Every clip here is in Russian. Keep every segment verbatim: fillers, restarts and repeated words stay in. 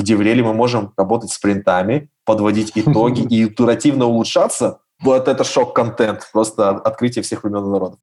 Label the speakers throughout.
Speaker 1: Девреле мы можем работать спринтами, подводить итоги и итеративно улучшаться. Вот это шок-контент, просто открытие всех времен и народов.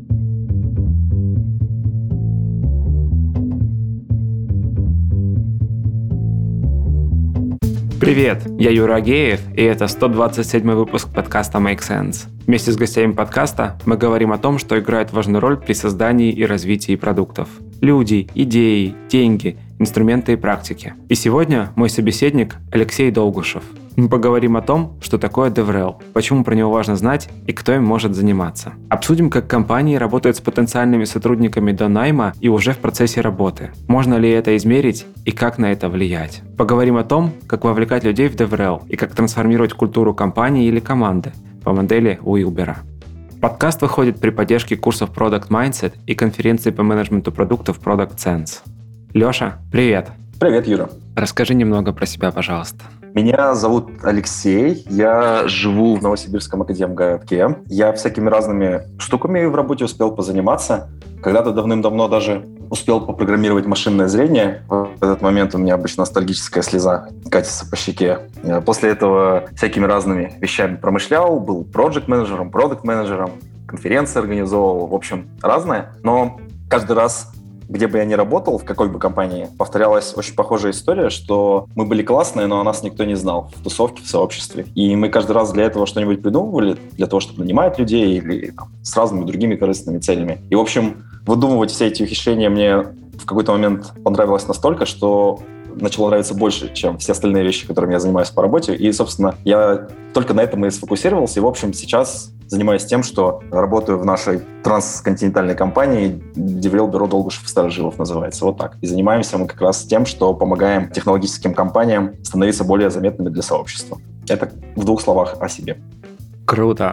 Speaker 2: Привет, я Юра Агеев, и это сто двадцать седьмой выпуск подкаста Make Sense. Вместе с гостями подкаста мы говорим о том, что играет важную роль при создании и развитии продуктов. Люди, идеи, деньги, инструменты и практики. И сегодня мой собеседник Алексей Долгушев. Мы поговорим о том, что такое DevRel, почему про него важно знать и кто им может заниматься. Обсудим, как компании работают с потенциальными сотрудниками до найма и уже в процессе работы. Можно ли это измерить и как на это влиять. Поговорим о том, как вовлекать людей в DevRel и как трансформировать культуру компании или команды по модели Уилбера. Подкаст выходит при поддержке курсов Product Mindset и конференции по менеджменту продуктов Product Sense. Леша, привет!
Speaker 1: Привет, Юра!
Speaker 2: Расскажи немного про себя, пожалуйста.
Speaker 1: Меня зовут Алексей, я живу в Новосибирском академгородке. Я всякими разными штуками в работе успел позаниматься. Когда-то давным-давно даже успел попрограммировать машинное зрение. В этот момент у меня обычно ностальгическая слеза катится по щеке. После этого всякими разными вещами промышлял, был проект-менеджером, продакт-менеджером, конференции организовывал, в общем, разное. Но каждый раз, где бы я ни работал, в какой бы компании, повторялась очень похожая история, что мы были классные, но о нас никто не знал в тусовке, в сообществе. И мы каждый раз для этого что-нибудь придумывали, для того, чтобы нанимать людей или там, с разными другими корыстными целями. И, в общем, выдумывать все эти ухищрения мне в какой-то момент понравилось настолько, что начало нравиться больше, чем все остальные вещи, которыми я занимаюсь по работе. И, собственно, я только на этом и сфокусировался. И, в общем, сейчас занимаюсь тем, что работаю в нашей трансконтинентальной компании, DevRel бюро Долгушев и Старожилов называется, вот так. И занимаемся мы как раз тем, что помогаем технологическим компаниям становиться более заметными для сообщества. Это в двух словах о себе.
Speaker 2: Круто.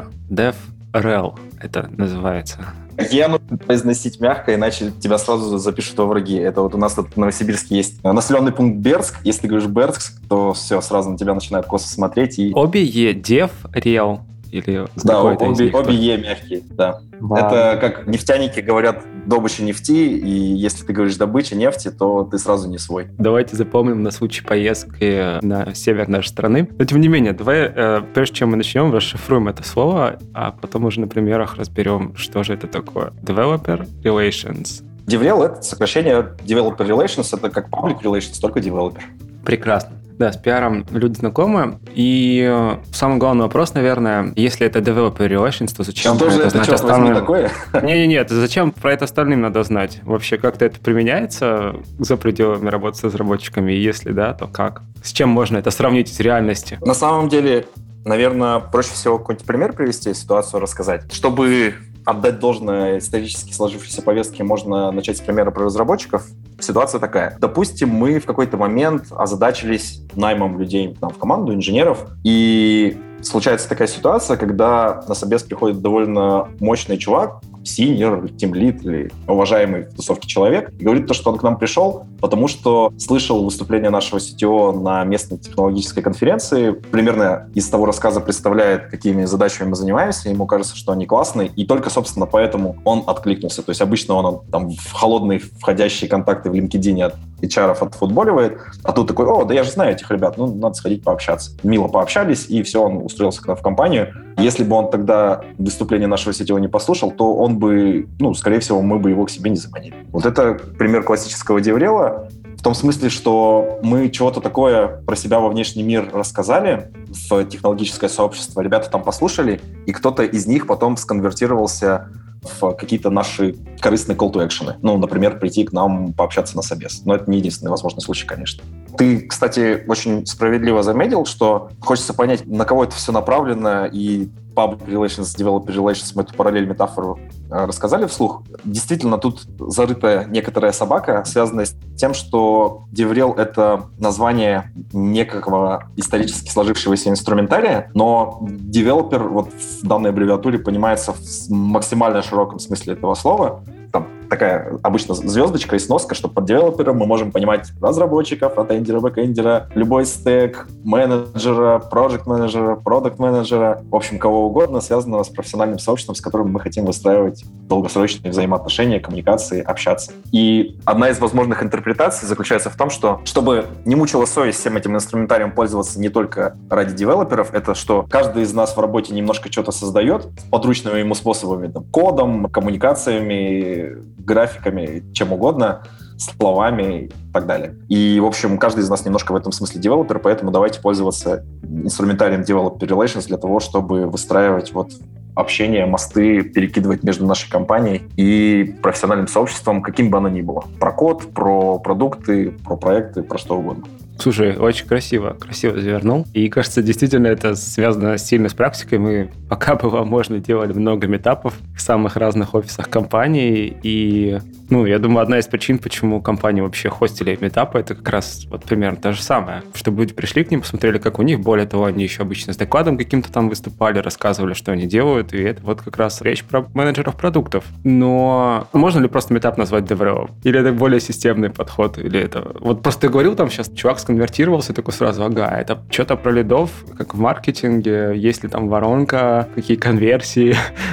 Speaker 2: DevRel это называется.
Speaker 1: Я нужно произносить мягко, иначе тебя сразу запишут во враги. Это вот у нас тут в Новосибирске есть населенный пункт Бердск. Если ты говоришь Бердск, то все, сразу на тебя начинают косо смотреть. И...
Speaker 2: Обе Е, DevRel. Или
Speaker 1: да, обе, обе Е мягкие, да. Вау. Это как нефтяники говорят добыча нефти, и если ты говоришь добыча нефти, то ты сразу не свой.
Speaker 2: Давайте запомним на случай поездки на север нашей страны. Но тем не менее, давай, э, прежде чем мы начнем, расшифруем это слово, а потом уже на примерах разберем, что же это такое. Developer Relations.
Speaker 1: DevRel — это сокращение Developer Relations, это как Public Relations, только Developer.
Speaker 2: Прекрасно. Да, с пиаром люди знакомы. И самый главный вопрос, наверное, если это developer relations, то зачем
Speaker 1: что
Speaker 2: про
Speaker 1: же
Speaker 2: это,
Speaker 1: это
Speaker 2: знать остальным?
Speaker 1: Такое?
Speaker 2: Не-не-не, зачем про это остальным надо знать? Вообще, как-то это применяется за пределами работы с разработчиками? И если да, то как? С чем можно это сравнить с реальностью?
Speaker 1: На самом деле, наверное, проще всего какой-нибудь пример привести, ситуацию рассказать. Чтобы отдать должное исторически сложившейся повестке, можно начать с примера про разработчиков. Ситуация такая. Допустим, мы в какой-то момент озадачились наймом людей там, в команду, инженеров, и случается такая ситуация, когда на собес приходит довольно мощный чувак, синьор, тимлид или уважаемый в тусовке человек, и говорит то, что он к нам пришел, потому что слышал выступление нашего си ти о на местной технологической конференции, примерно из того рассказа представляет, какими задачами мы занимаемся, ему кажется, что они классные, и только, собственно, поэтому он откликнулся. То есть обычно он там в холодные входящие контакты в LinkedIn от эйч ар отфутболивает, а тут такой: о, да я же знаю этих ребят, ну, надо сходить пообщаться. Мило пообщались, и все, он устроился к нам в компанию. Если бы он тогда выступление нашего си ти о не послушал, то он бы, ну, скорее всего, мы бы его к себе не заманили. Вот это пример классического DevRel, в том смысле, что мы чего-то такое про себя во внешний мир рассказали в технологическое сообщество, ребята там послушали, и кто-то из них потом сконвертировался в какие-то наши корыстные call to action. Ну, например, прийти к нам пообщаться на собес. Но это не единственный возможный случай, конечно. Ты, кстати, очень справедливо заметил, что хочется понять, на кого это все направлено, и Public Relations, Developer Relations, мы эту параллель, метафору рассказали вслух. Действительно, тут зарыта некоторая собака, связанная с тем, что DevRel — это название некого исторически сложившегося инструментария, но developer вот в данной аббревиатуре понимается в максимально широком смысле этого слова. там такая обычно звездочка и сноска, что под девелопером мы можем понимать разработчиков, фронтендера, бэкэндера, любой стек, менеджера, проект-менеджера, продакт-менеджера, в общем, кого угодно, связанного с профессиональным сообществом, с которым мы хотим выстраивать долгосрочные взаимоотношения, коммуникации, общаться. И одна из возможных интерпретаций заключается в том, что чтобы не мучила совесть всем этим инструментарием пользоваться не только ради девелоперов, это что каждый из нас в работе немножко что-то создает подручными ему способами, там, кодом, коммуникациями, графиками, чем угодно, словами и так далее. И, в общем, каждый из нас немножко в этом смысле девелопер, поэтому давайте пользоваться инструментарием Developer Relations для того, чтобы выстраивать вот общение, мосты, перекидывать между нашей компанией и профессиональным сообществом, каким бы оно ни было. Про код, про продукты, про проекты, про что угодно.
Speaker 2: Слушай, очень красиво, красиво завернул. И, кажется, действительно это связано сильно с практикой. Мы, пока было можно, делали много митапов в самых разных офисах компании. И, ну, я думаю, одна из причин, почему компании вообще хостили митапы, это как раз вот примерно то же самое. Чтобы люди пришли к ним, посмотрели, как у них. Более того, они еще обычно с докладом каким-то там выступали, рассказывали, что они делают. И это вот как раз речь про менеджеров продуктов. Но можно ли просто митап назвать DevRel? Или это более системный подход? Или это... Вот просто ты говорил там сейчас, чувак конвертировался, такой сразу, ага, это что-то про лидов, как в маркетинге, есть ли там воронка, какие конверсии,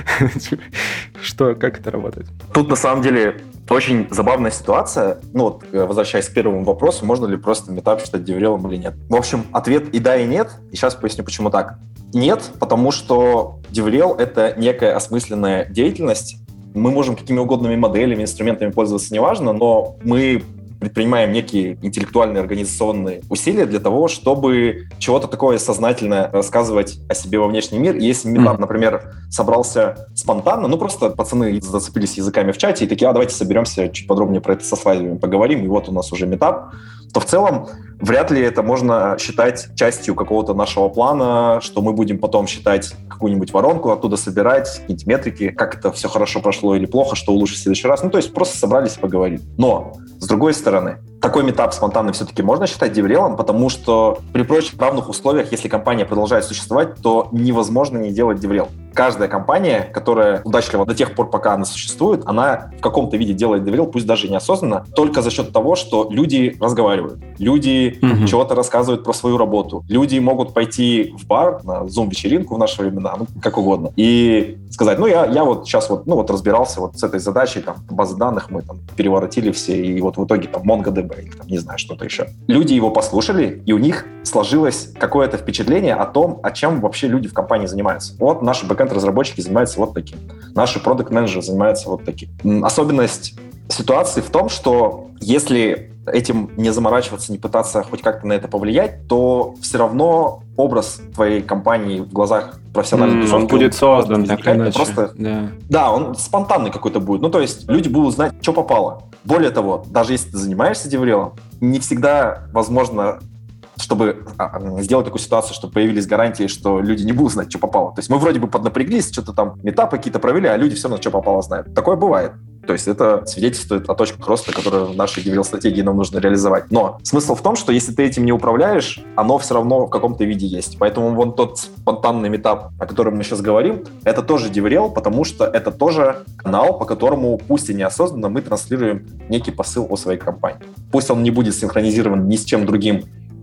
Speaker 2: что, как это работает?
Speaker 1: Тут, на самом деле, очень забавная ситуация. Ну вот, возвращаясь к первому вопросу, можно ли просто митап считать деврелом или нет. В общем, ответ и да, и нет. И сейчас поясню, почему так. Нет, потому что деврел — это некая осмысленная деятельность. Мы можем какими угодными моделями, инструментами пользоваться, неважно, но мы предпринимаем некие интеллектуальные организационные усилия для того, чтобы чего-то такое сознательно рассказывать о себе во внешний мир. И если митап, mm-hmm. например, собрался спонтанно, ну просто пацаны зацепились языками в чате и такие, а давайте соберемся, чуть подробнее про это со слайдами поговорим, и вот у нас уже митап, то в целом вряд ли это можно считать частью какого-то нашего плана, что мы будем потом считать какую-нибудь воронку, оттуда собирать какие-нибудь метрики, как это все хорошо прошло или плохо, что улучшить в следующий раз. Ну, то есть просто собрались и поговорили. Но, с другой стороны, такой митап спонтанный все-таки можно считать деврелом, потому что при прочих равных условиях, если компания продолжает существовать, то невозможно не делать деврел. Каждая компания, которая удачлива до тех пор, пока она существует, она в каком-то виде делает деврел, пусть даже и неосознанно, только за счет того, что люди разговаривают, люди mm-hmm. чего-то рассказывают про свою работу, люди могут пойти в бар, на зум-вечеринку в наши времена, ну, как угодно, и сказать, ну, я, я вот сейчас вот, ну, вот разбирался вот с этой задачей, там, базы данных мы там переворотили все, и вот в итоге там MongoDB, или там, не знаю, что-то еще. Люди его послушали, и у них сложилось какое-то впечатление о том, о чем вообще люди в компании занимаются. Вот наши бэкэнд-разработчики занимаются вот таким, наши продакт-менеджеры занимаются вот таким. Особенность ситуации в том, что если этим не заморачиваться, не пытаться хоть как-то на это повлиять, то все равно образ твоей компании в глазах профессиональной тусовки...
Speaker 2: Mm, он будет создан, так или иначе.
Speaker 1: Просто...
Speaker 2: Да.
Speaker 1: да, он спонтанный какой-то будет. Ну, то есть люди будут знать, что попало. Более того, даже если ты занимаешься деврелом, не всегда возможно, чтобы сделать такую ситуацию, чтобы появились гарантии, что люди не будут знать, что попало. То есть мы вроде бы поднапряглись, что-то там митапы какие-то провели, а люди все равно, что попало, знают. Такое бывает. То есть это свидетельствует о точках роста, которые в нашей деврел-стратегии нам нужно реализовать. Но смысл в том, что если ты этим не управляешь, оно все равно в каком-то виде есть. Поэтому вон тот спонтанный митап, о котором мы сейчас говорим, это тоже деврел, потому что это тоже канал, по которому, пусть и неосознанно, мы транслируем некий посыл о своей компании. Пусть он не будет синхронизирован ни с чем другим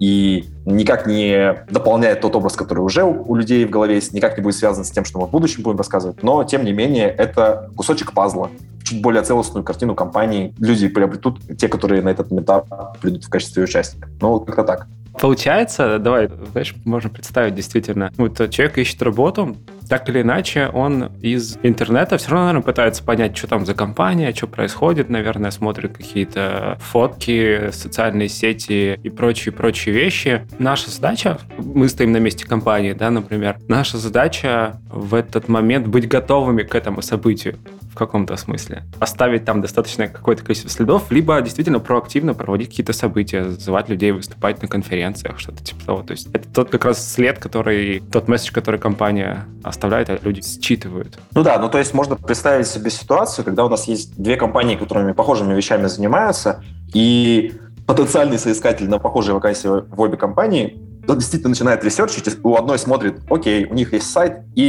Speaker 1: и никак не дополняет тот образ, который уже у, у людей в голове есть, никак не будет связан с тем, что мы в будущем будем рассказывать, но, тем не менее, это кусочек пазла. Чуть более целостную картину компании люди приобретут, те, которые на этот митап придут в качестве участника. Ну, как-то так.
Speaker 2: Получается, давай, знаешь, можно представить действительно, вот человек ищет работу, так или иначе, он из интернета все равно, наверное, пытается понять, что там за компания, что происходит, наверное, смотрит какие-то фотки, социальные сети и прочие-прочие вещи. Наша задача, мы стоим на месте компании, да, например, наша задача в этот момент быть готовыми к этому событию в каком-то смысле. Оставить там достаточное какое-то количество следов, либо действительно проактивно проводить какие-то события, зазывать людей выступать на конференциях, что-то типа того. То есть это тот как раз след, который, тот месседж, который компания оставляет, а люди считывают.
Speaker 1: Ну да, ну то есть можно представить себе ситуацию, когда у нас есть две компании, которыми похожими вещами занимаются, и потенциальный соискатель на похожие вакансии в обе компании, он действительно начинает ресерчить, у одной смотрит, окей, у них есть сайт, и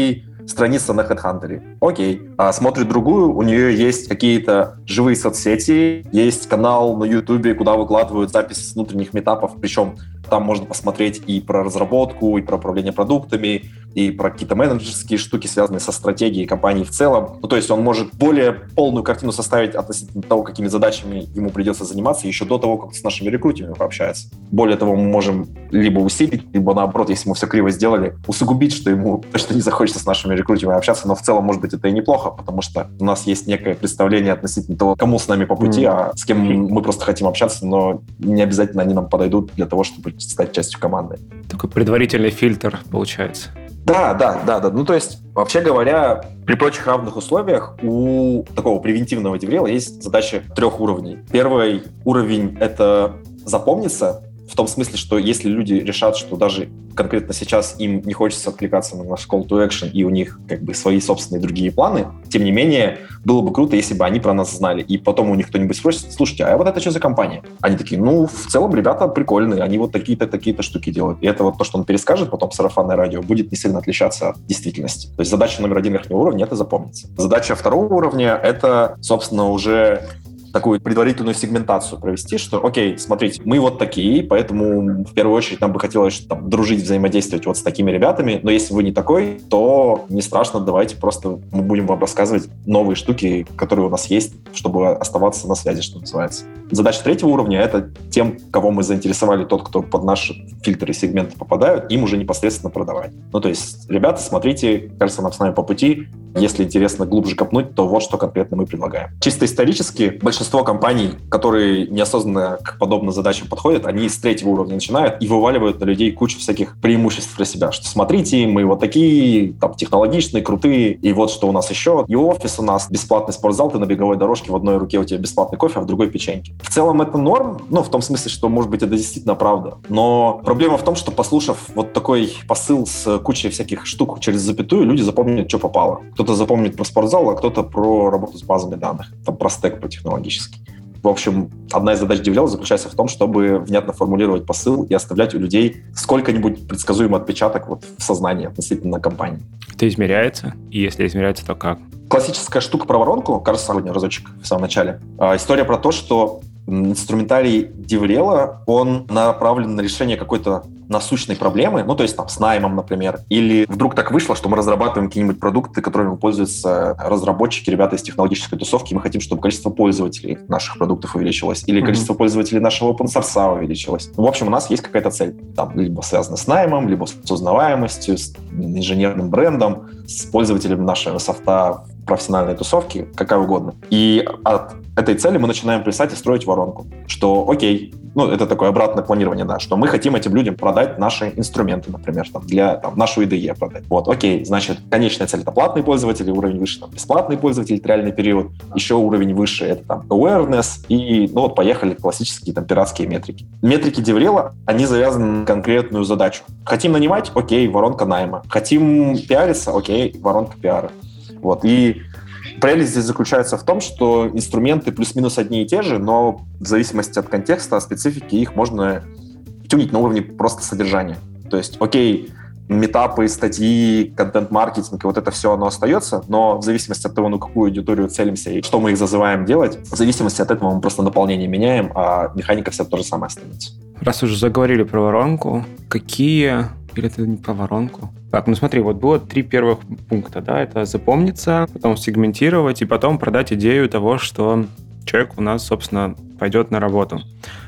Speaker 1: страница на HeadHunter. Окей. А смотрит другую, у нее есть какие-то живые соцсети, есть канал на YouTube, куда выкладывают записи с внутренних митапов, причем там можно посмотреть и про разработку, и про управление продуктами, и про какие-то менеджерские штуки, связанные со стратегией компании в целом. Ну, то есть он может более полную картину составить относительно того, какими задачами ему придется заниматься еще до того, как с нашими рекрутерами пообщается. Более того, мы можем либо усилить, либо наоборот, если мы все криво сделали, усугубить, что ему точно не захочется с нашими рекрутерами общаться, но в целом, может быть, это и неплохо, потому что у нас есть некое представление относительно того, кому с нами по пути, mm. а с кем мы просто хотим общаться, но не обязательно они нам подойдут для того, чтобы стать частью команды.
Speaker 2: Такой предварительный фильтр получается.
Speaker 1: Да, да, да, да. Ну, то есть, вообще говоря, при прочих равных условиях у такого превентивного деврела есть задача трех уровней. Первый уровень — это запомниться, в том смысле, что если люди решат, что даже конкретно сейчас им не хочется откликаться на наш call to action, и у них как бы свои собственные другие планы, тем не менее, было бы круто, если бы они про нас знали. И потом у них кто-нибудь спросит: слушайте, а вот это что за компания? Они такие: ну, в целом, ребята прикольные, они вот такие-то, такие-то штуки делают. И это вот то, что он перескажет потом в сарафанное радио, будет не сильно отличаться от действительности. То есть задача номер один верхнего уровня — это запомниться. Задача второго уровня — это, собственно, уже такую предварительную сегментацию провести, что, окей, смотрите, мы вот такие, поэтому в первую очередь нам бы хотелось там дружить, взаимодействовать вот с такими ребятами, но если вы не такой, то не страшно, давайте просто мы будем вам рассказывать новые штуки, которые у нас есть, чтобы оставаться на связи, что называется. Задача третьего уровня — это тем, кого мы заинтересовали, тот, кто под наши фильтры и сегменты попадают, им уже непосредственно продавать. Ну, то есть, ребята, смотрите, кажется, нам с нами по пути. Если интересно глубже копнуть, то вот что конкретно мы предлагаем. Чисто исторически большинство компаний, которые неосознанно к подобным задачам подходят, они с третьего уровня начинают и вываливают на людей кучу всяких преимуществ для себя. Что смотрите, мы вот такие, там, технологичные, крутые, и вот что у нас еще. И офис у нас, бесплатный спортзал, ты на беговой дорожке, в одной руке у тебя бесплатный кофе, а в другой печеньки. В целом это норм, ну, в том смысле, что, может быть, это действительно правда. Но проблема в том, что, послушав вот такой посыл с кучей всяких штук через запятую, люди запомнят, что попало. Кто-то запомнит про спортзал, а кто-то про работу с базами данных, там, про стэк, про технологический. В общем, одна из задач деврела заключается в том, чтобы внятно формулировать посыл и оставлять у людей сколько-нибудь предсказуемый отпечаток вот в сознании относительно компании.
Speaker 2: Это измеряется? И если измеряется, то как?
Speaker 1: Классическая штука про воронку, кажется, сегодня разочек в самом начале. А, история про то, что инструментарий деврела, он направлен на решение какой-то насущной проблемы, ну, то есть там с наймом, например, или вдруг так вышло, что мы разрабатываем какие-нибудь продукты, которыми пользуются разработчики, ребята из технологической тусовки, и мы хотим, чтобы количество пользователей наших продуктов увеличилось, или mm-hmm. количество пользователей нашего open source увеличилось. В общем, у нас есть какая-то цель, там, либо связана с наймом, либо с узнаваемостью, с инженерным брендом, с пользователями нашего софта в профессиональной тусовке, какая угодно. И от этой цели мы начинаем писать и строить воронку, что окей, ну, это такое обратное планирование, да, что мы хотим этим людям продать наши инструменты, например, там, для там, нашу ай ди и продать. Вот, окей, значит, конечная цель — это платные пользователи, уровень выше — там, бесплатные пользователи, реальный период, еще уровень выше — это там awareness, и, ну, вот, поехали классические там пиратские метрики. Метрики деврела, они завязаны на конкретную задачу. Хотим нанимать? Окей, воронка найма. Хотим пиариться? Окей, воронка пиара. Вот, и прелесть здесь заключается в том, что инструменты плюс-минус одни и те же, но в зависимости от контекста, специфики, их можно тюнить на уровне просто содержания. То есть, окей, митапы, статьи, контент-маркетинг, и вот это все, оно остается, но в зависимости от того, на какую аудиторию целимся и что мы их зазываем делать, в зависимости от этого мы просто наполнение меняем, а механика вся то же самое остается.
Speaker 2: Раз уже заговорили про воронку, какие... Или это не про воронку? Так, ну смотри, вот было три первых пункта, да, это запомниться, потом сегментировать и потом продать идею того, что человек у нас, собственно, пойдет на работу.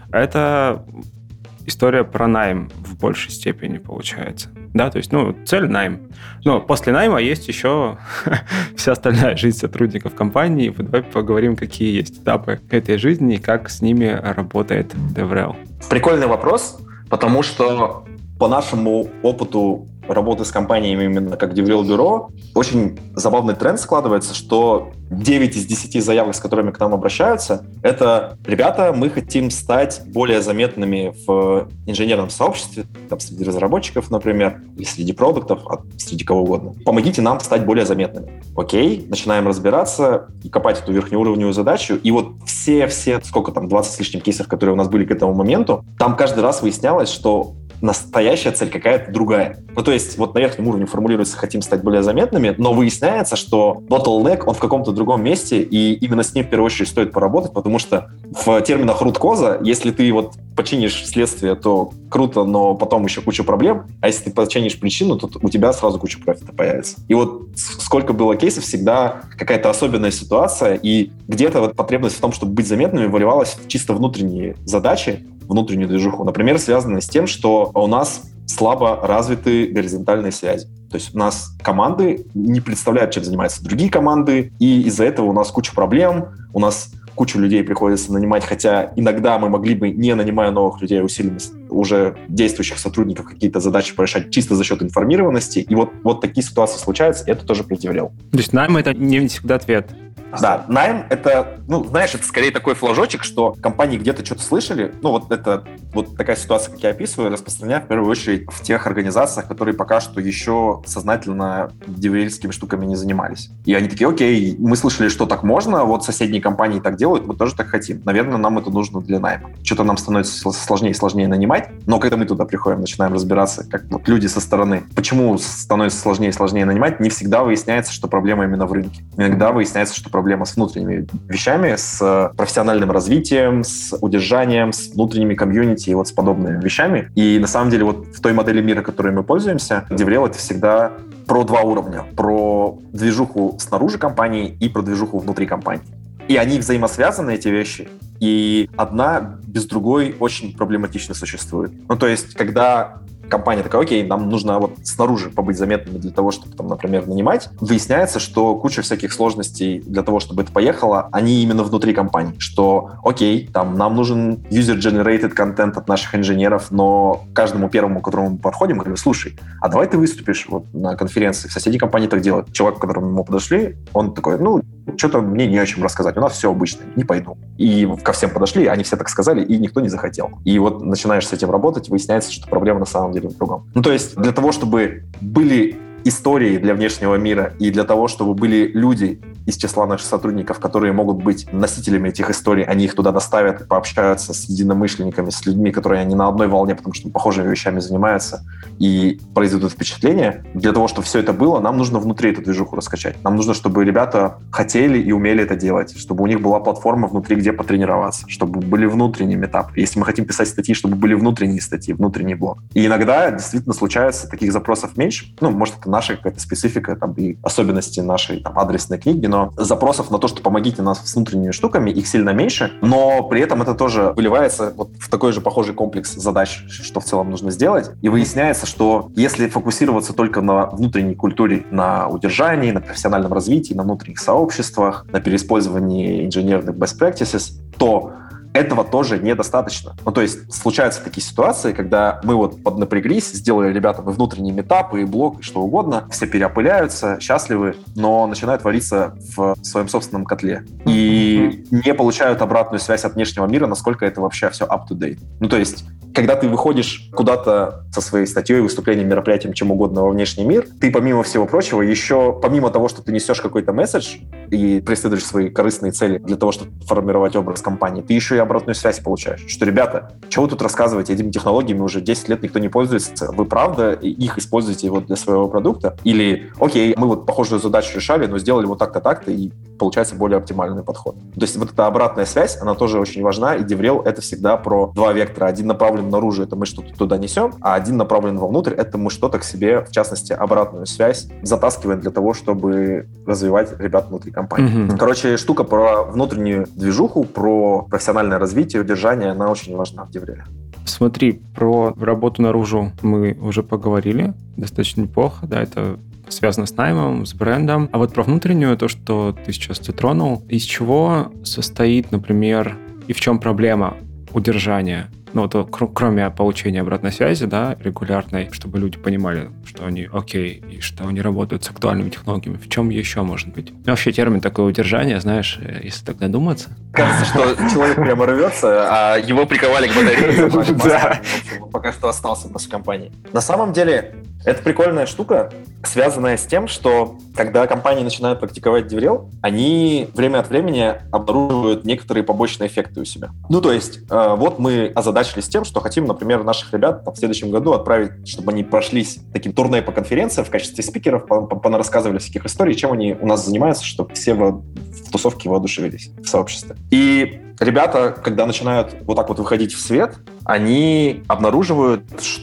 Speaker 2: Это история про найм в большей степени получается. Да, то есть, ну, цель — найм. Но после найма есть еще вся остальная жизнь сотрудников компании. Давай поговорим, какие есть этапы этой жизни и как с ними работает DevRel.
Speaker 1: Прикольный вопрос, потому что по нашему опыту работы с компаниями именно как DevRel-бюро, очень забавный тренд складывается, что девять из десяти заявок, с которыми к нам обращаются, это: ребята, мы хотим стать более заметными в инженерном сообществе, там, среди разработчиков, например, или среди продуктов, а среди кого угодно. Помогите нам стать более заметными. Окей, начинаем разбираться и копать эту верхнеуровневую задачу. И вот все-все, сколько там, двадцать с лишним кейсов, которые у нас были к этому моменту, там каждый раз выяснялось, что настоящая цель какая-то другая. Ну, то есть вот на верхнем уровне формулируется, хотим стать более заметными, но выясняется, что bottleneck, он в каком-то другом месте, и именно с ним в первую очередь стоит поработать, потому что в терминах root cause, если ты вот починишь следствие, то круто, но потом еще куча проблем, а если ты починишь причину, то у тебя сразу куча профита появится. И вот сколько было кейсов, всегда какая-то особенная ситуация, и где-то вот потребность в том, чтобы быть заметными, выливалась в чисто внутренние задачи, внутреннюю движуху, например, связанные с тем, что у нас слабо развиты горизонтальные связи. То есть у нас команды не представляют, чем занимаются другие команды, и из-за этого у нас куча проблем, у нас кучу людей приходится нанимать, хотя иногда мы могли бы, не нанимая новых людей, усиленно уже действующих сотрудников какие-то задачи порешать чисто за счет информированности. И вот, вот такие ситуации случаются, и это тоже предъявлял.
Speaker 2: То есть найм — это не всегда ответ.
Speaker 1: Да, найм — это, ну, знаешь, это скорее такой флажочек, что компании где-то что-то слышали. Ну, вот это вот такая ситуация, как я описываю, распространяю в первую очередь в тех организациях, которые пока что еще сознательно девелоперскими штуками не занимались. И они такие: окей, мы слышали, что так можно, вот соседние компании так делают, мы тоже так хотим. Наверное, нам это нужно для найма. Что-то нам становится сложнее и сложнее нанимать, но когда мы туда приходим, начинаем разбираться, как вот люди со стороны, почему становится сложнее и сложнее нанимать, не всегда выясняется, что проблема именно в рынке. Иногда выясняется, что проблема проблема с внутренними вещами, с профессиональным развитием, с удержанием, с внутренними комьюнити и вот с подобными вещами. И на самом деле вот в той модели мира, которой мы пользуемся, DevRel — это всегда про два уровня. Про движуху снаружи компании и про движуху внутри компании. И они взаимосвязаны, эти вещи, и одна без другой очень проблематично существует. Ну, то есть, когда компания такая: окей, нам нужно вот снаружи побыть заметными для того, чтобы, там, например, нанимать, выясняется, что куча всяких сложностей для того, чтобы это поехало, они именно внутри компании. Что, окей, там, нам нужен user-generated контент от наших инженеров, но каждому первому, к которому мы подходим, говорим: слушай, а давай ты выступишь вот на конференции. В соседней компании так делают. Человек, к которому мы подошли, он такой: ну, что-то мне не о чем рассказать, у нас все обычно, не пойду. И ко всем подошли, они все так сказали, и никто не захотел. И вот начинаешь с этим работать, выясняется, что проблема на самом деле в другом. Ну, то есть для того, чтобы были истории для внешнего мира и для того, чтобы были люди из числа наших сотрудников, которые могут быть носителями этих историй, они их туда доставят, пообщаются с единомышленниками, с людьми, которые они на одной волне, потому что похожими вещами занимаются, и произведут впечатление. Для того, чтобы все это было, нам нужно внутри эту движуху раскачать. Нам нужно, чтобы ребята хотели и умели это делать, чтобы у них была платформа внутри, где потренироваться, чтобы были внутренние метапы. Если мы хотим писать статьи, чтобы были внутренние статьи, внутренний блог. И иногда действительно случается таких запросов меньше. Ну, может, это наша какая-то специфика там, и особенности нашей там, адресной книги, но запросов на то, что помогите нас с внутренними штуками, их сильно меньше, но при этом это тоже выливается вот в такой же похожий комплекс задач, что в целом нужно сделать, и выясняется, что если фокусироваться только на внутренней культуре, на удержании, на профессиональном развитии, на внутренних сообществах, на переиспользовании инженерных best practices, то этого тоже недостаточно. Ну, то есть случаются такие ситуации, когда мы вот поднапряглись, сделали ребятам и внутренние метапы, и блог, и что угодно, все переопыляются, счастливы, но начинают вариться в своем собственном котле. И не получают обратную связь от внешнего мира, насколько это вообще все up-to-date. Ну, то есть когда ты выходишь куда-то со своей статьей, выступлением, мероприятием, чем угодно во внешний мир, ты, помимо всего прочего, еще, помимо того, что ты несешь какой-то месседж и преследуешь свои корыстные цели для того, чтобы формировать образ компании, ты еще и обратную связь получаешь. Что, ребята, чего вы тут рассказываете? Этими технологиями уже десять лет никто не пользуется. Вы правда их используете вот для своего продукта? Или, окей, мы вот похожую задачу решали, но сделали вот так-то, так-то, и получается более оптимальный подход. То есть вот эта обратная связь, она тоже очень важна, и DevRel — это всегда про два вектора. Один направлен наружу, это мы что-то туда несем, а один направлен вовнутрь, это мы что-то к себе, в частности, обратную связь затаскиваем для того, чтобы развивать ребят внутри компании. Mm-hmm. Короче, штука про внутреннюю движуху, про профессиональное развитие, удержание, она очень важна в DevRel.
Speaker 2: Смотри, про работу наружу мы уже поговорили, достаточно неплохо, да, это связано с наймом, с брендом. А вот про внутреннюю, то, что ты сейчас затронул, из чего состоит, например, и в чем проблема удержания? Ну, вот, кр- кроме получения обратной связи, да, регулярной, чтобы люди понимали, что они окей, и что они работают с актуальными технологиями. В чем еще может быть? Ну, вообще термин такое удержание, знаешь, если так задуматься.
Speaker 1: Кажется, что человек прямо рвется, а его приковали к батарее. Пока что остался у нас в компании. На самом деле, Это прикольная штука, связанная с тем, что когда компании начинают практиковать DevRel, они время от времени обнаруживают некоторые побочные эффекты у себя. Ну, то есть, э, вот мы озадачились тем, что хотим, например, наших ребят там, в следующем году отправить, чтобы они прошлись таким турне по конференциям в качестве спикеров, понарассказывали всяких историй, чем они у нас занимаются, чтобы все в, в тусовке воодушевились в сообществе. И ребята, когда начинают вот так вот выходить в свет, они обнаруживают,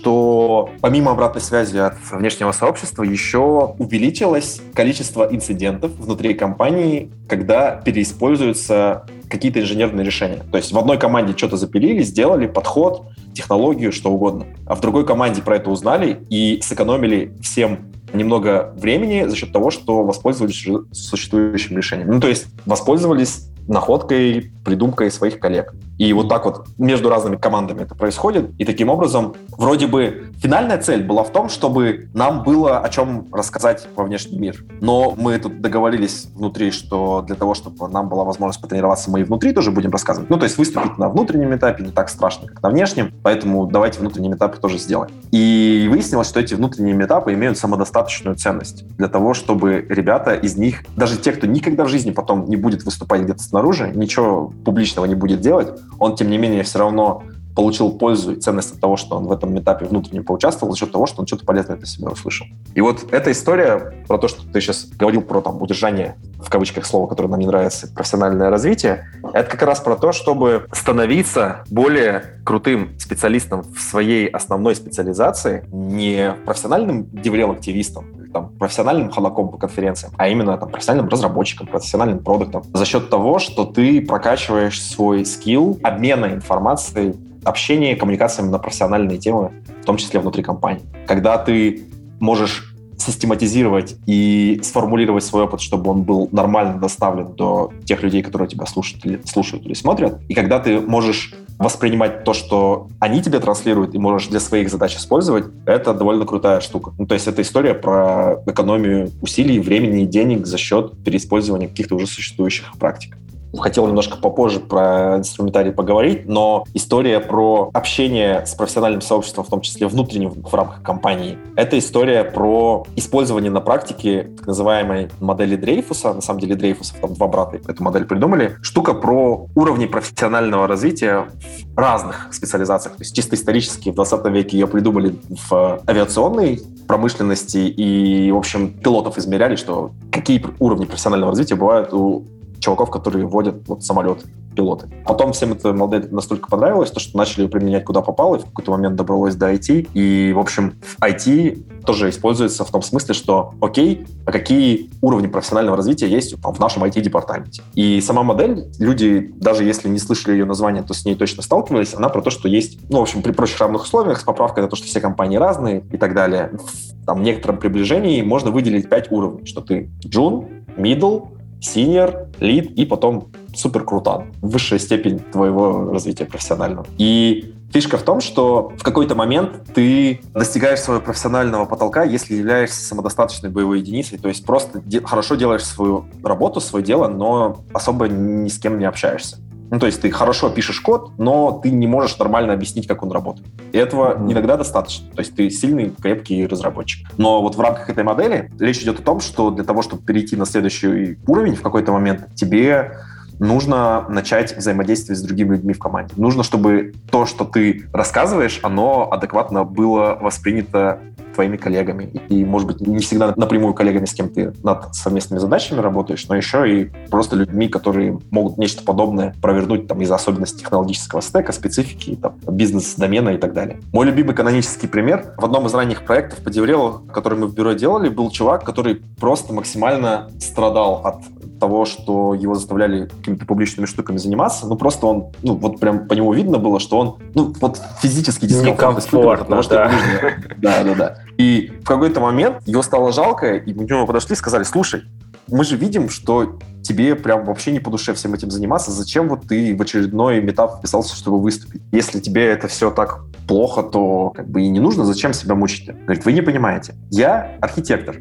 Speaker 1: что помимо обратной связи от внешнего сообщества еще увеличилось количество инцидентов внутри компании, когда переиспользуются какие-то инженерные решения. То есть в одной команде что-то запилили, сделали подход, технологию, что угодно. А в другой команде про это узнали и сэкономили всем немного времени за счет того, что воспользовались существующим решением. Ну, то есть воспользовались находкой, придумкой своих коллег. И вот так вот между разными командами это происходит. И таким образом, вроде бы, финальная цель была в том, чтобы нам было о чем рассказать во внешний мир. Но мы тут договорились внутри, что для того, чтобы нам была возможность потренироваться, мы и внутри тоже будем рассказывать. Ну, то есть выступить на внутреннем этапе не так страшно, как на внешнем, поэтому давайте внутренние этапы тоже сделаем. И выяснилось, что эти внутренние этапы имеют самодостаточную ценность для того, чтобы ребята из них, даже те, кто никогда в жизни потом не будет выступать где-то снаружи, ничего публичного не будет делать, он, тем не менее, все равно получил пользу и ценность от того, что он в этом этапе внутреннем поучаствовал, за счет того, что он что-то полезное для себя услышал. И вот эта история про то, что ты сейчас говорил про там, удержание, в кавычках, слова, которое нам не нравится, профессиональное развитие, это как раз про то, чтобы становиться более крутым специалистом в своей основной специализации, не профессиональным деврел-активистом, там, профессиональным ходоком по конференциям, а именно там, профессиональным разработчиком, профессиональным продуктом, за счет того, что ты прокачиваешь свой скилл обмена информацией, общения, коммуникациями на профессиональные темы, в том числе внутри компании. Когда ты можешь систематизировать и сформулировать свой опыт, чтобы он был нормально доставлен до тех людей, которые тебя слушают или, слушают или смотрят, и когда ты можешь воспринимать то, что они тебе транслируют, и можешь для своих задач использовать, это довольно крутая штука. Ну, то есть это история про экономию усилий, времени и денег за счет переиспользования каких-то уже существующих практик. Хотел немножко попозже про инструментарий поговорить, но история про общение с профессиональным сообществом, в том числе внутренним в рамках компании, это история про использование на практике так называемой модели Дрейфуса. На самом деле Дрейфусов там два брата эту модель придумали. Штука про уровни профессионального развития в разных специализациях. То есть чисто исторически в двадцатом веке ее придумали в авиационной промышленности и, в общем, пилотов измеряли, что какие уровни профессионального развития бывают у чуваков, которые водят вот, самолет, пилоты. Потом всем эта модель настолько понравилась, то, что начали ее применять куда попало, и в какой-то момент добралось до ай ти. И, в общем, ай ти тоже используется в том смысле, что, окей, а какие уровни профессионального развития есть там, в нашем ай ти-департаменте. И сама модель, люди, даже если не слышали ее название, то с ней точно сталкивались, она про то, что есть, ну, в общем, при прочих равных условиях, с поправкой на то, что все компании разные и так далее. В там, некотором приближении можно выделить пять уровней, что ты джун, middle, senior, lead и потом супер крутан. Высшая степень твоего развития профессионального. И фишка в том, что в какой-то момент ты достигаешь своего профессионального потолка, если являешься самодостаточной боевой единицей, то есть просто де- хорошо делаешь свою работу, свое дело, но особо ни с кем не общаешься. Ну, то есть ты хорошо пишешь код, но ты не можешь нормально объяснить, как он работает. И этого mm-hmm. иногда достаточно. То есть ты сильный, крепкий разработчик. Но вот в рамках этой модели речь идет о том, что для того, чтобы перейти на следующий уровень в какой-то момент, тебе нужно начать взаимодействовать с другими людьми в команде. Нужно, чтобы то, что ты рассказываешь, оно адекватно было воспринято твоими коллегами. И, может быть, не всегда напрямую коллегами, с кем ты над совместными задачами работаешь, но еще и просто людьми, которые могут нечто подобное провернуть там, из-за особенностей технологического стека, специфики, там, бизнес-домена и так далее. Мой любимый канонический пример. В одном из ранних проектов по DevRel, который мы в бюро делали, был чувак, который просто максимально страдал от того, что его заставляли какими-то публичными штуками заниматься. Ну, просто он, ну, вот прям по нему видно было, что он, ну, вот физически дискомфорт испытывает от того, что ему нужно. Да, да, да. И в какой-то момент его стало жалко, и мы к нему подошли и сказали: слушай, мы же видим, что тебе прям вообще не по душе всем этим заниматься. Зачем вот ты в очередной метап вписался, чтобы выступить? Если тебе это все так плохо, то как бы и не нужно. Зачем себя мучить? Говорит, вы не понимаете. Я архитектор.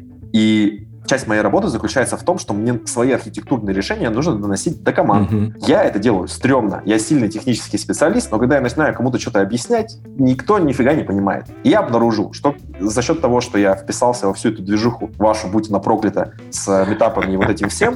Speaker 1: И часть моей работы заключается в том, что мне свои архитектурные решения нужно доносить до команд. Uh-huh. Я это делаю стрёмно. Я сильный технический специалист, но когда я начинаю кому-то что-то объяснять, никто нифига не понимает. И я обнаружил, что за счет того, что я вписался во всю эту движуху вашу, будь она проклята, с митапами и вот этим всем,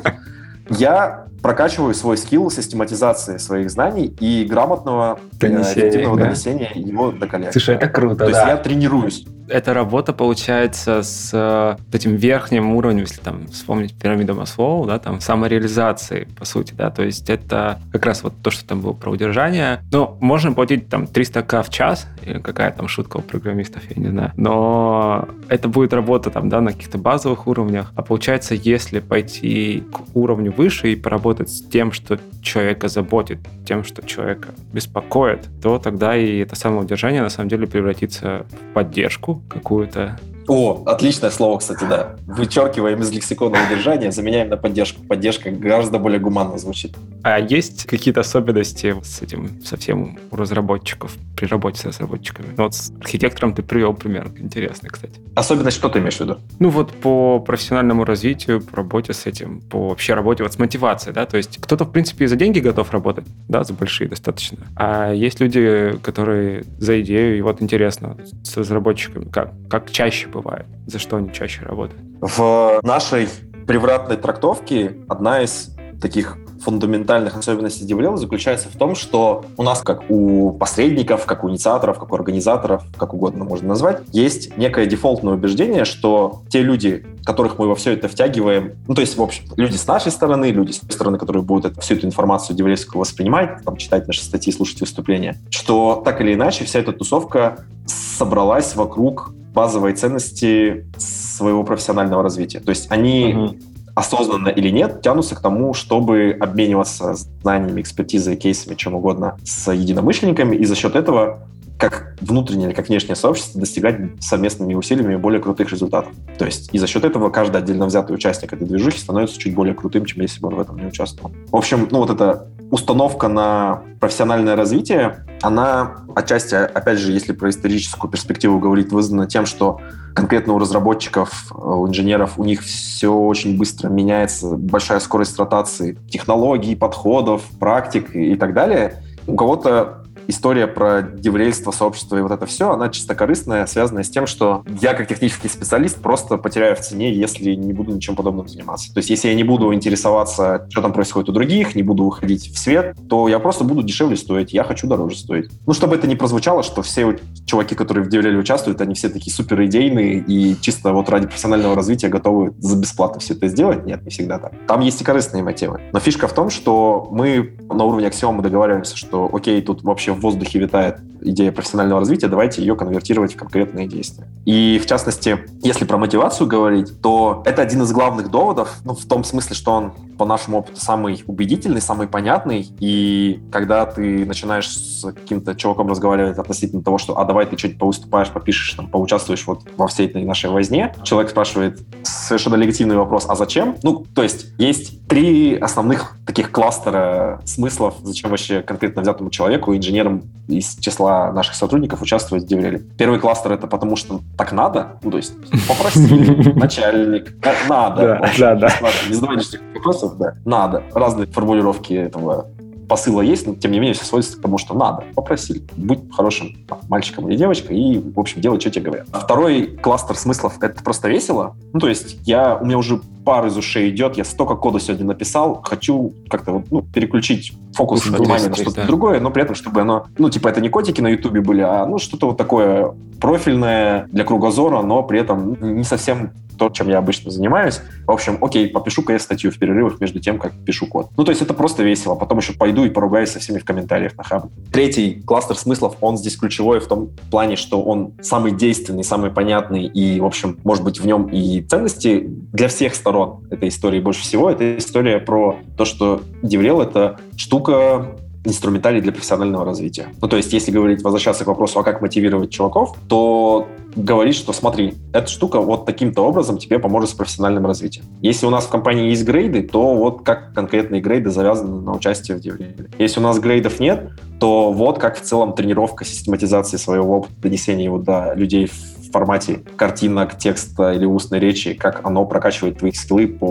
Speaker 1: я прокачиваю свой скилл систематизации своих знаний и грамотного
Speaker 2: Донесение,
Speaker 1: эффективного
Speaker 2: да.
Speaker 1: донесения его до коллег.
Speaker 2: Слушай, это круто,
Speaker 1: То
Speaker 2: да.
Speaker 1: есть я тренируюсь.
Speaker 2: Эта работа получается с э, этим верхним уровнем, если там вспомнить пирамиду Маслоу, да, там самореализации, по сути, да, то есть это как раз вот то, что там было про удержание. Ну, можно платить там триста тысяч в час, или какая там шутка у программистов, я не знаю, но это будет работа там, да, на каких-то базовых уровнях, а получается, если пойти к уровню выше и поработать с тем, что человека заботит, тем, что человека беспокоит, то тогда и это самоудержание на самом деле превратится в поддержку какую-то.
Speaker 1: О, отличное слово, кстати, да. Вычеркиваем из лексикона удержания, заменяем на поддержку. Поддержка гораздо более гуманно звучит.
Speaker 2: А есть какие-то особенности с этим совсем у разработчиков, при работе с разработчиками? Ну, вот с архитектором ты привел пример, интересный, кстати.
Speaker 1: Особенность, что ты имеешь в виду?
Speaker 2: Ну вот по профессиональному развитию, по работе с этим, по вообще работе вот с мотивацией, да, то есть кто-то, в принципе, и за деньги готов работать, да, за большие достаточно, а есть люди, которые за идею, и вот интересно, с разработчиками, как, как чаще бывает, за что они чаще работают?
Speaker 1: В нашей превратной трактовке одна из таких фундаментальных особенностей DevRel заключается в том, что у нас, как у посредников, как у инициаторов, как у организаторов, как угодно можно назвать, есть некое дефолтное убеждение, что те люди, которых мы во все это втягиваем, ну, то есть, в общем, люди с нашей стороны, люди с той стороны, которые будут это, всю эту информацию деврельскую воспринимать, там, читать наши статьи, слушать выступления, что так или иначе вся эта тусовка собралась вокруг базовой ценности своего профессионального развития. То есть они... Uh-huh. осознанно или нет, тянутся к тому, чтобы обмениваться знаниями, экспертизой, кейсами, чем угодно с единомышленниками, и за счет этого как внутреннее или как внешнее сообщество достигать совместными усилиями более крутых результатов. То есть и за счет этого каждый отдельно взятый участник этой движухи становится чуть более крутым, чем если бы он в этом не участвовал. В общем, ну вот эта установка на профессиональное развитие, она отчасти, опять же, если про историческую перспективу говорить, вызвана тем, что конкретно у разработчиков, у инженеров, у них все очень быстро меняется, большая скорость ротации технологий, подходов, практик и так далее. У кого-то история про деврельство, сообщество и вот это все, она чистокорыстная, связанная с тем, что я как технический специалист просто потеряю в цене, если не буду ничем подобным заниматься. То есть если я не буду интересоваться, что там происходит у других, не буду выходить в свет, то я просто буду дешевле стоить, я хочу дороже стоить. Ну, чтобы это не прозвучало, что все чуваки, которые в девреле участвуют, они все такие супер идейные и чисто вот ради профессионального развития готовы за бесплатно все это сделать. Нет, не всегда так. Там есть и корыстные мотивы. Но фишка в том, что мы на уровне аксиомы договариваемся, что окей, тут вообще в воздухе витает идея профессионального развития, давайте ее конвертировать в конкретные действия. И, в частности, если про мотивацию говорить, то это один из главных доводов, ну, в том смысле, что он, по нашему опыту, самый убедительный, самый понятный, и когда ты начинаешь с каким-то чуваком разговаривать относительно того, что «а давай ты что-нибудь повыступаешь, попишешь, там, поучаствуешь вот во всей этой нашей возне», человек спрашивает совершенно легитимный вопрос «а зачем?». Ну, то есть есть три основных таких кластера смыслов, зачем вообще конкретно взятому человеку, инженерам из числа наших сотрудников участвовать в девреле. Первый кластер — это потому, что так надо, ну, то есть попросили, начальник, надо.
Speaker 2: Да, да, да.
Speaker 1: Не задавай лишних вопросов, да, надо. Разные формулировки этого посыла есть, но тем не менее все сводится к тому, что надо. Попросили. Будь хорошим там, мальчиком или девочкой и, в общем, делай, что тебе говорят. А второй кластер смыслов — это просто весело. Ну, то есть я, у меня уже пар из ушей идет, я столько кода сегодня написал, хочу как-то вот, ну, переключить фокус внимания на что-то да. другое, но при этом, чтобы оно, ну, типа, это не котики на Ютубе были, а, ну, что-то вот такое профильное для кругозора, но при этом не совсем то, чем я обычно занимаюсь. В общем, окей, попишу-ка я статью в перерывах между тем, как пишу код. Ну, то есть это просто весело. Потом еще пойду и поругаюсь со всеми в комментариях на Хабре. Третий кластер смыслов, он здесь ключевой в том плане, что он самый действенный, самый понятный и, в общем, может быть, в нем и ценности для всех сторон этой истории больше всего. Это история про то, что деврел — это штука, инструментарий для профессионального развития. Ну, то есть, если говорить, возвращаться к вопросу, а как мотивировать чуваков, то говорить, что смотри, эта штука вот таким-то образом тебе поможет с профессиональным развитием. Если у нас в компании есть грейды, то вот как конкретные грейды завязаны на участие в девреле. Если у нас грейдов нет, то вот как в целом тренировка систематизации своего опыта, донесения его до людей в формате картинок, текста или устной речи, как оно прокачивает твои скиллы по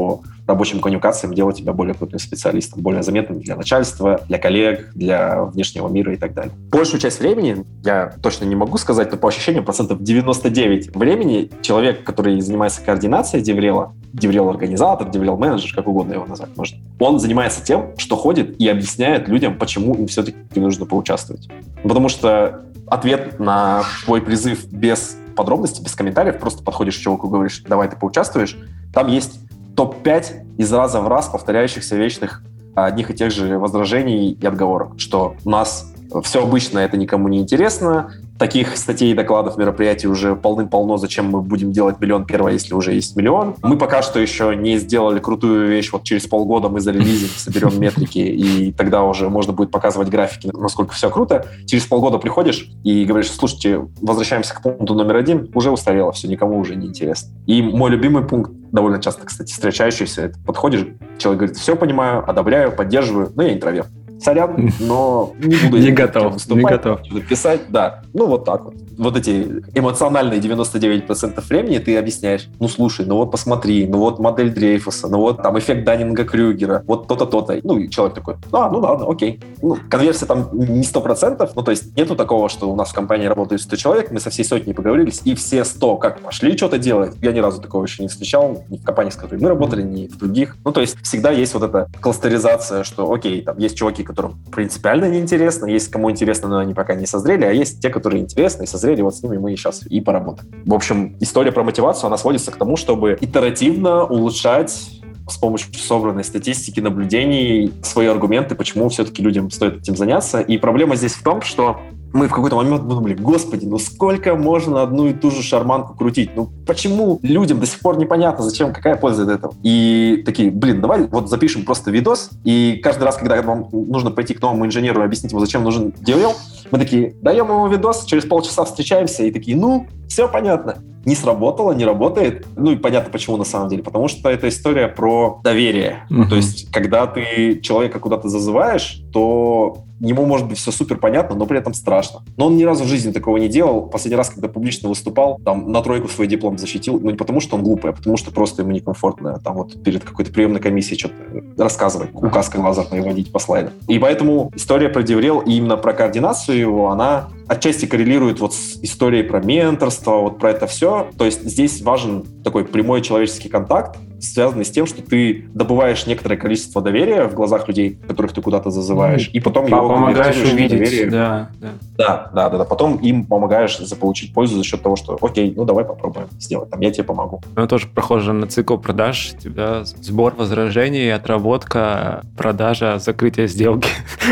Speaker 1: рабочим коммуникациям делать тебя более крутым специалистом, более заметным для начальства, для коллег, для внешнего мира и так далее. Большую часть времени, я точно не могу сказать, но по ощущениям процентов девяносто девять времени человек, который занимается координацией DevRel, DevRel-организатор, DevRel-менеджер, как угодно его назвать можно, он занимается тем, что ходит и объясняет людям, почему им все-таки нужно поучаствовать. Потому что ответ на твой призыв без подробностей, без комментариев, просто подходишь к человеку и говоришь, давай ты поучаствуешь, там есть топ пять из раза в раз повторяющихся вечных одних и тех же возражений и отговорок, что у нас все обычно, это никому не интересно, таких статей, докладов, мероприятий уже полным-полно, зачем мы будем делать миллион первое, если уже есть миллион. Мы пока что еще не сделали крутую вещь, вот через полгода мы зарелизим, соберем метрики, и тогда уже можно будет показывать графики, насколько все круто. Через полгода приходишь и говоришь, слушайте, возвращаемся к пункту номер один, уже устарело, все, никому уже не интересно. И мой любимый пункт, довольно часто, кстати, встречающийся, это подходишь, человек говорит, все понимаю, одобряю, поддерживаю, но я интроверт. Сорян, но не буду
Speaker 2: не готов,
Speaker 1: выступать,
Speaker 2: не готов.
Speaker 1: Писать, да. Ну, вот так вот. Вот эти эмоциональные девяносто девять процентов времени ты объясняешь, ну, слушай, ну вот посмотри, ну вот модель Дрейфуса, ну вот там эффект Даннинга-Крюгера, вот то-то, то-то. Ну, и человек такой, а, ну ладно, окей. Ну, конверсия там не сто процентов, ну, то есть нету такого, что у нас в компании работает сто человек, мы со всей сотней поговорились, и все сто как пошли что-то делать. Я ни разу такого еще не встречал, ни в компаниях, с которыми мы работали, ни в других. Ну, то есть всегда есть вот эта кластеризация, что, окей, там есть чуваки, которым принципиально неинтересно, есть кому интересно, но они пока не созрели, а есть те, которые интересны и созрели, вот с ними мы сейчас и поработаем. В общем, история про мотивацию, она сводится к тому, чтобы итеративно улучшать с помощью собранной статистики, наблюдений свои аргументы, почему все-таки людям стоит этим заняться. И проблема здесь в том, что мы в какой-то момент подумали, господи, ну сколько можно одну и ту же шарманку крутить? Ну почему людям до сих пор непонятно, зачем, какая польза от этого? И такие, блин, давай вот запишем просто видос, и каждый раз, когда вам нужно пойти к новому инженеру и объяснить ему, зачем нужен DevRel, мы такие, даем ему видос, через полчаса встречаемся, и такие, ну, все понятно. Не сработало, не работает. Ну и понятно, почему на самом деле. Потому что это история про доверие. Mm-hmm. То есть, когда ты человека куда-то зазываешь, то ему может быть все супер понятно, но при этом страшно. Но он ни разу в жизни такого не делал. Последний раз, когда публично выступал, там на тройку свой диплом защитил, ну не потому, что он глупый, а потому, что просто ему некомфортно там вот перед какой-то приемной комиссией что-то рассказывать, указкой лазерной водить по слайдам. И поэтому история про DevRel и именно про координацию его, она отчасти коррелирует вот с историей про менторство, вот про это все. То есть здесь важен такой прямой человеческий контакт, связанный с тем, что ты добываешь некоторое количество доверия в глазах людей, которых ты куда-то зазываешь, mm, и потом его
Speaker 2: помогаешь увидеть.
Speaker 1: Доверие.
Speaker 2: Да, да.
Speaker 1: Да, да, да, да. Потом им помогаешь заполучить пользу за счет того, что окей, ну давай попробуем сделать, там я тебе помогу.
Speaker 2: Ну, тоже похоже на цикл продаж, тебя сбор возражений, отработка, продажа, закрытие сделки.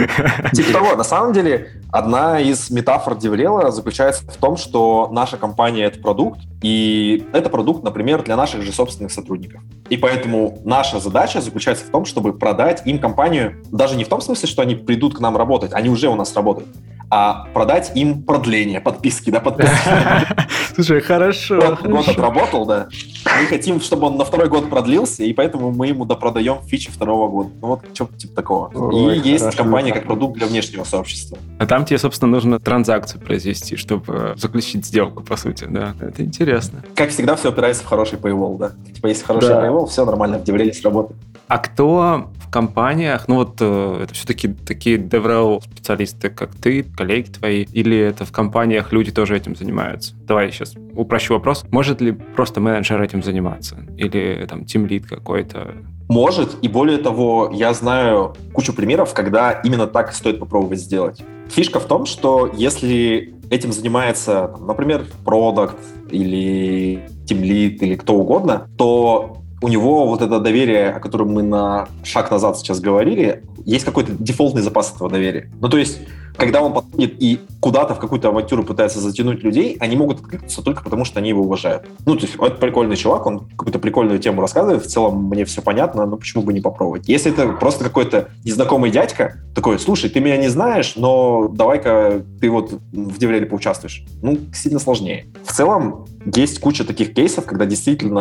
Speaker 1: Типа того, на самом деле, одна из метафор DevRel заключается в том, что наша компания — это продукт, и это продукт, например, для наших же собственных сотрудников. И поэтому наша задача заключается в том, чтобы продать им компанию, даже не в том смысле, что они придут к нам работать, они уже у нас работают, а продать им продление подписки, да, подписки.
Speaker 2: Слушай, хорошо.
Speaker 1: Год, год отработал, да. Мы хотим, чтобы он на второй год продлился, и поэтому мы ему допродаем фичи второго года. Ну вот что-то типа такого. Ой, и есть компания как продукт для внешнего сообщества.
Speaker 2: А там тебе, собственно, нужно транзакцию произвести, чтобы заключить сделку, по сути, да. Это интересно.
Speaker 1: Как всегда, все опирается в хороший paywall, да. Типа, если хороший да. paywall, все нормально, в DevRel сработает.
Speaker 2: А кто в компаниях, ну вот это все-таки такие DevRel специалисты, как ты, коллеги твои, или это в компаниях люди тоже этим занимаются? Давай сейчас упрощу вопрос. Может ли просто менеджер этим заниматься? Или там тимлид какой-то?
Speaker 1: Может, и более того, я знаю кучу примеров, когда именно так стоит попробовать сделать. Фишка в том, что если этим занимается, например, продакт или тимлид или кто угодно, то у него вот это доверие, о котором мы на шаг назад сейчас говорили, есть какой-то дефолтный запас этого доверия. Ну, то есть, когда он подходит и куда-то в какую-то авантюру пытается затянуть людей, они могут откликнуться только потому, что они его уважают. Ну, то есть, это прикольный чувак, он какую-то прикольную тему рассказывает, в целом мне все понятно, но почему бы не попробовать? Если это просто какой-то незнакомый дядька, такой, слушай, ты меня не знаешь, но давай-ка ты вот в DevRel поучаствуешь. Ну, сильно сложнее. В целом, есть куча таких кейсов, когда действительно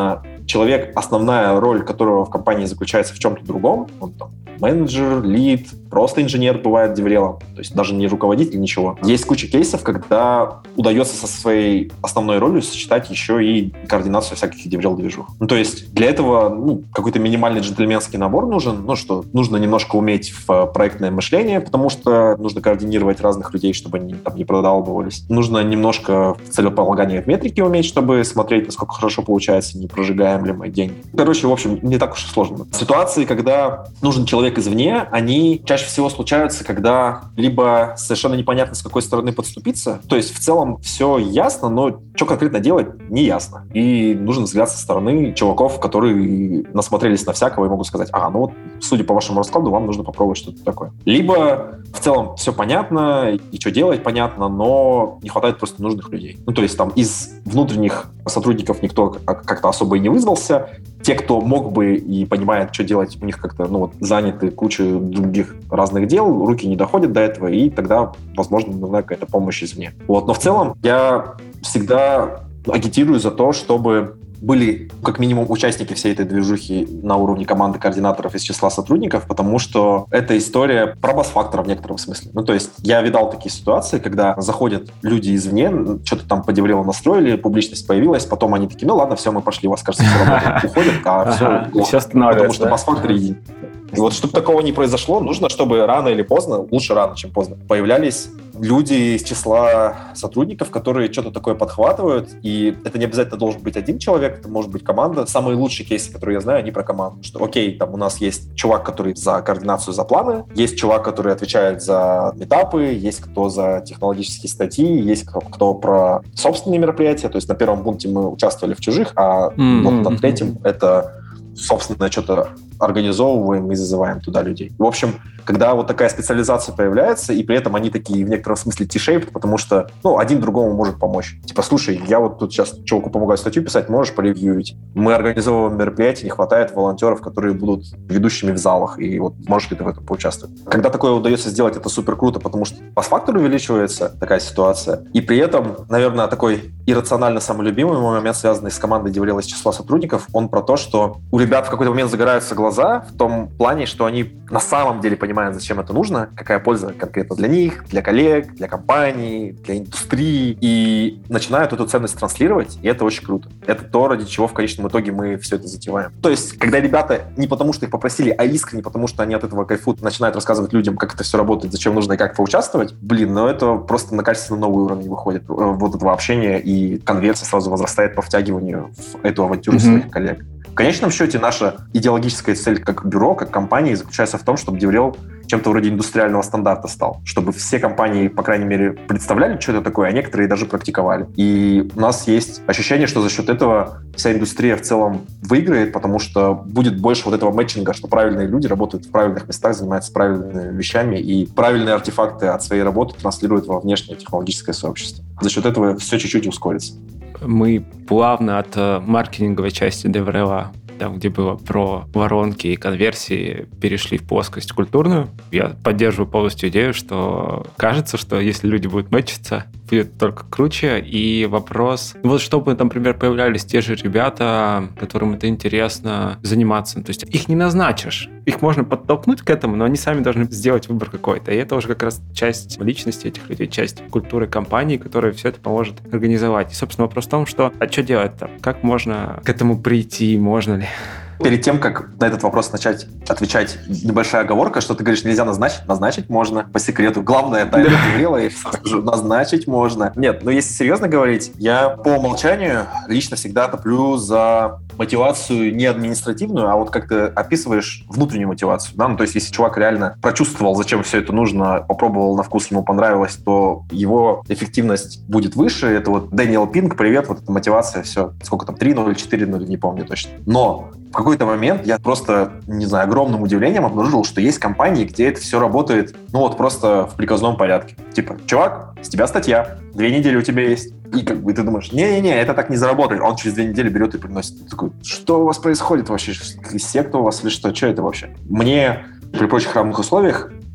Speaker 1: человек, основная роль которого в компании заключается в чем-то другом, он там менеджер, лид, просто инженер бывает деврелом, то есть даже не руководитель, ничего. Есть куча кейсов, когда удается со своей основной ролью сочетать еще и координацию всяких деврел-движух. Ну, то есть для этого ну, какой-то минимальный джентльменский набор нужен, ну что, нужно немножко уметь в проектное мышление, потому что нужно координировать разных людей, чтобы они там не продалбывались. Нужно немножко целеполагание в метрике уметь, чтобы смотреть, насколько хорошо получается, не прожигаем ли мы деньги. Короче, в общем, не так уж и сложно. Ситуации, когда нужен человек извне, они чаще всего случаются, когда либо совершенно непонятно, с какой стороны подступиться, то есть в целом все ясно, но что конкретно делать, не ясно. И нужен взгляд со стороны чуваков, которые насмотрелись на всякого и могут сказать, а, ну вот, судя по вашему раскладу, вам нужно попробовать что-то такое. Либо в целом все понятно, и что делать понятно, но не хватает просто нужных людей. Ну, то есть там из внутренних сотрудников никто как-то особо и не вызвался. Те, кто мог бы и понимает, что делать, у них как-то ну, вот, заняты кучей других разных дел, руки не доходят до этого, и тогда, возможно, нужна какая-то помощь извне. Вот. Но в целом я всегда агитирую за то, чтобы были как минимум участники всей этой движухи на уровне команды координаторов из числа сотрудников, потому что эта история про бас-фактора в некотором смысле. Ну, то есть я видал такие ситуации, когда заходят люди извне, что-то там по деврелу настроили, публичность появилась, потом они такие, ну ладно, все, мы пошли, у вас, кажется, все работает, уходят, а все плохо, потому что бас-фактор един. И вот чтобы такого не произошло, нужно, чтобы рано или поздно, лучше рано, чем поздно, появлялись люди из числа сотрудников, которые что-то такое подхватывают, и это не обязательно должен быть один человек, это может быть команда. Самые лучшие кейсы, которые я знаю, они про команду. Что, окей, там у нас есть чувак, который за координацию, за планы, есть чувак, который отвечает за митапы, есть кто за технологические статьи, есть кто про собственные мероприятия. То есть на первом пункте мы участвовали в чужих, а mm-hmm. вот на третьем это собственно что-то организовываем и зазываем туда людей. В общем, когда вот такая специализация появляется, и при этом они такие в некотором смысле T-shaped, потому что, ну, один другому может помочь. Типа, слушай, я вот тут сейчас чуваку помогаю статью писать, можешь поревьюить? Мы организовываем мероприятие, не хватает волонтеров, которые будут ведущими в залах, и вот можешь ли ты в этом поучаствовать? Когда такое удается сделать, это супер круто, потому что пас-фактор увеличивается, такая ситуация, и при этом, наверное, такой иррационально самолюбимый момент, связанный с командой деврел из числа сотрудников, он про то, что у ребят в какой-то момент загораются глаза в том плане, что они на самом деле понимают, зачем это нужно, какая польза конкретно для них, для коллег, для компаний, для индустрии, и начинают эту ценность транслировать, и это очень круто. Это то, ради чего в конечном итоге мы все это затеваем. То есть, когда ребята не потому, что их попросили, а искренне потому, что они от этого кайфуют, начинают рассказывать людям, как это все работает, зачем нужно и как поучаствовать, блин, ну это просто на качественно новый уровень выходит вот этого общения, и конверсия сразу возрастает по втягиванию в эту авантюру mm-hmm. своих коллег. В конечном счете наша идеологическая цель как бюро, как компании заключается в том, чтобы деврел чем-то вроде индустриального стандарта стал, чтобы все компании, по крайней мере, представляли, что это такое, а некоторые даже практиковали. И у нас есть ощущение, что за счет этого вся индустрия в целом выиграет, потому что будет больше вот этого мэтчинга, что правильные люди работают в правильных местах, занимаются правильными вещами и правильные артефакты от своей работы транслируют во внешнее технологическое сообщество. За счет этого все чуть-чуть ускорится.
Speaker 2: Мы плавно от маркетинговой части деврела, там, где было про воронки и конверсии, перешли в плоскость культурную. Я поддерживаю полностью идею, что кажется, что если люди будут мэчиться, будет только круче. И вопрос... Вот чтобы, например, появлялись те же ребята, которым это интересно заниматься. То есть их не назначишь. Их можно подтолкнуть к этому, но они сами должны сделать выбор какой-то. И это уже как раз часть личности этих людей, часть культуры компании, которая все это поможет организовать. И, собственно, вопрос в том, что а что делать-то? Как можно к этому прийти? Можно ли?
Speaker 1: Перед тем, как на этот вопрос начать отвечать, небольшая оговорка, что ты говоришь, нельзя назначить. Назначить можно, по секрету. Главное, тайна деврела, я скажу, назначить можно. Нет, но если серьезно говорить, я по умолчанию лично всегда топлю за мотивацию не административную, а вот как ты описываешь внутреннюю мотивацию. Да? Ну, то есть если чувак реально прочувствовал, зачем все это нужно, попробовал на вкус, ему понравилось, то его эффективность будет выше. Это вот Дэниел Пинк, привет, вот эта мотивация, все. Сколько там, три ноль, четыре ноль, не помню точно. Но в какой-то момент я просто, не знаю, огромным удивлением обнаружил, что есть компании, где это все работает, ну вот просто в приказном порядке. Типа, чувак, с тебя статья, две недели у тебя есть. И как бы ты думаешь, не-не-не, это так не заработает. Он через две недели берет и приносит. Ты такой, что у вас происходит вообще? Секта у вас или что? Что это вообще? Мне при прочих равных условиях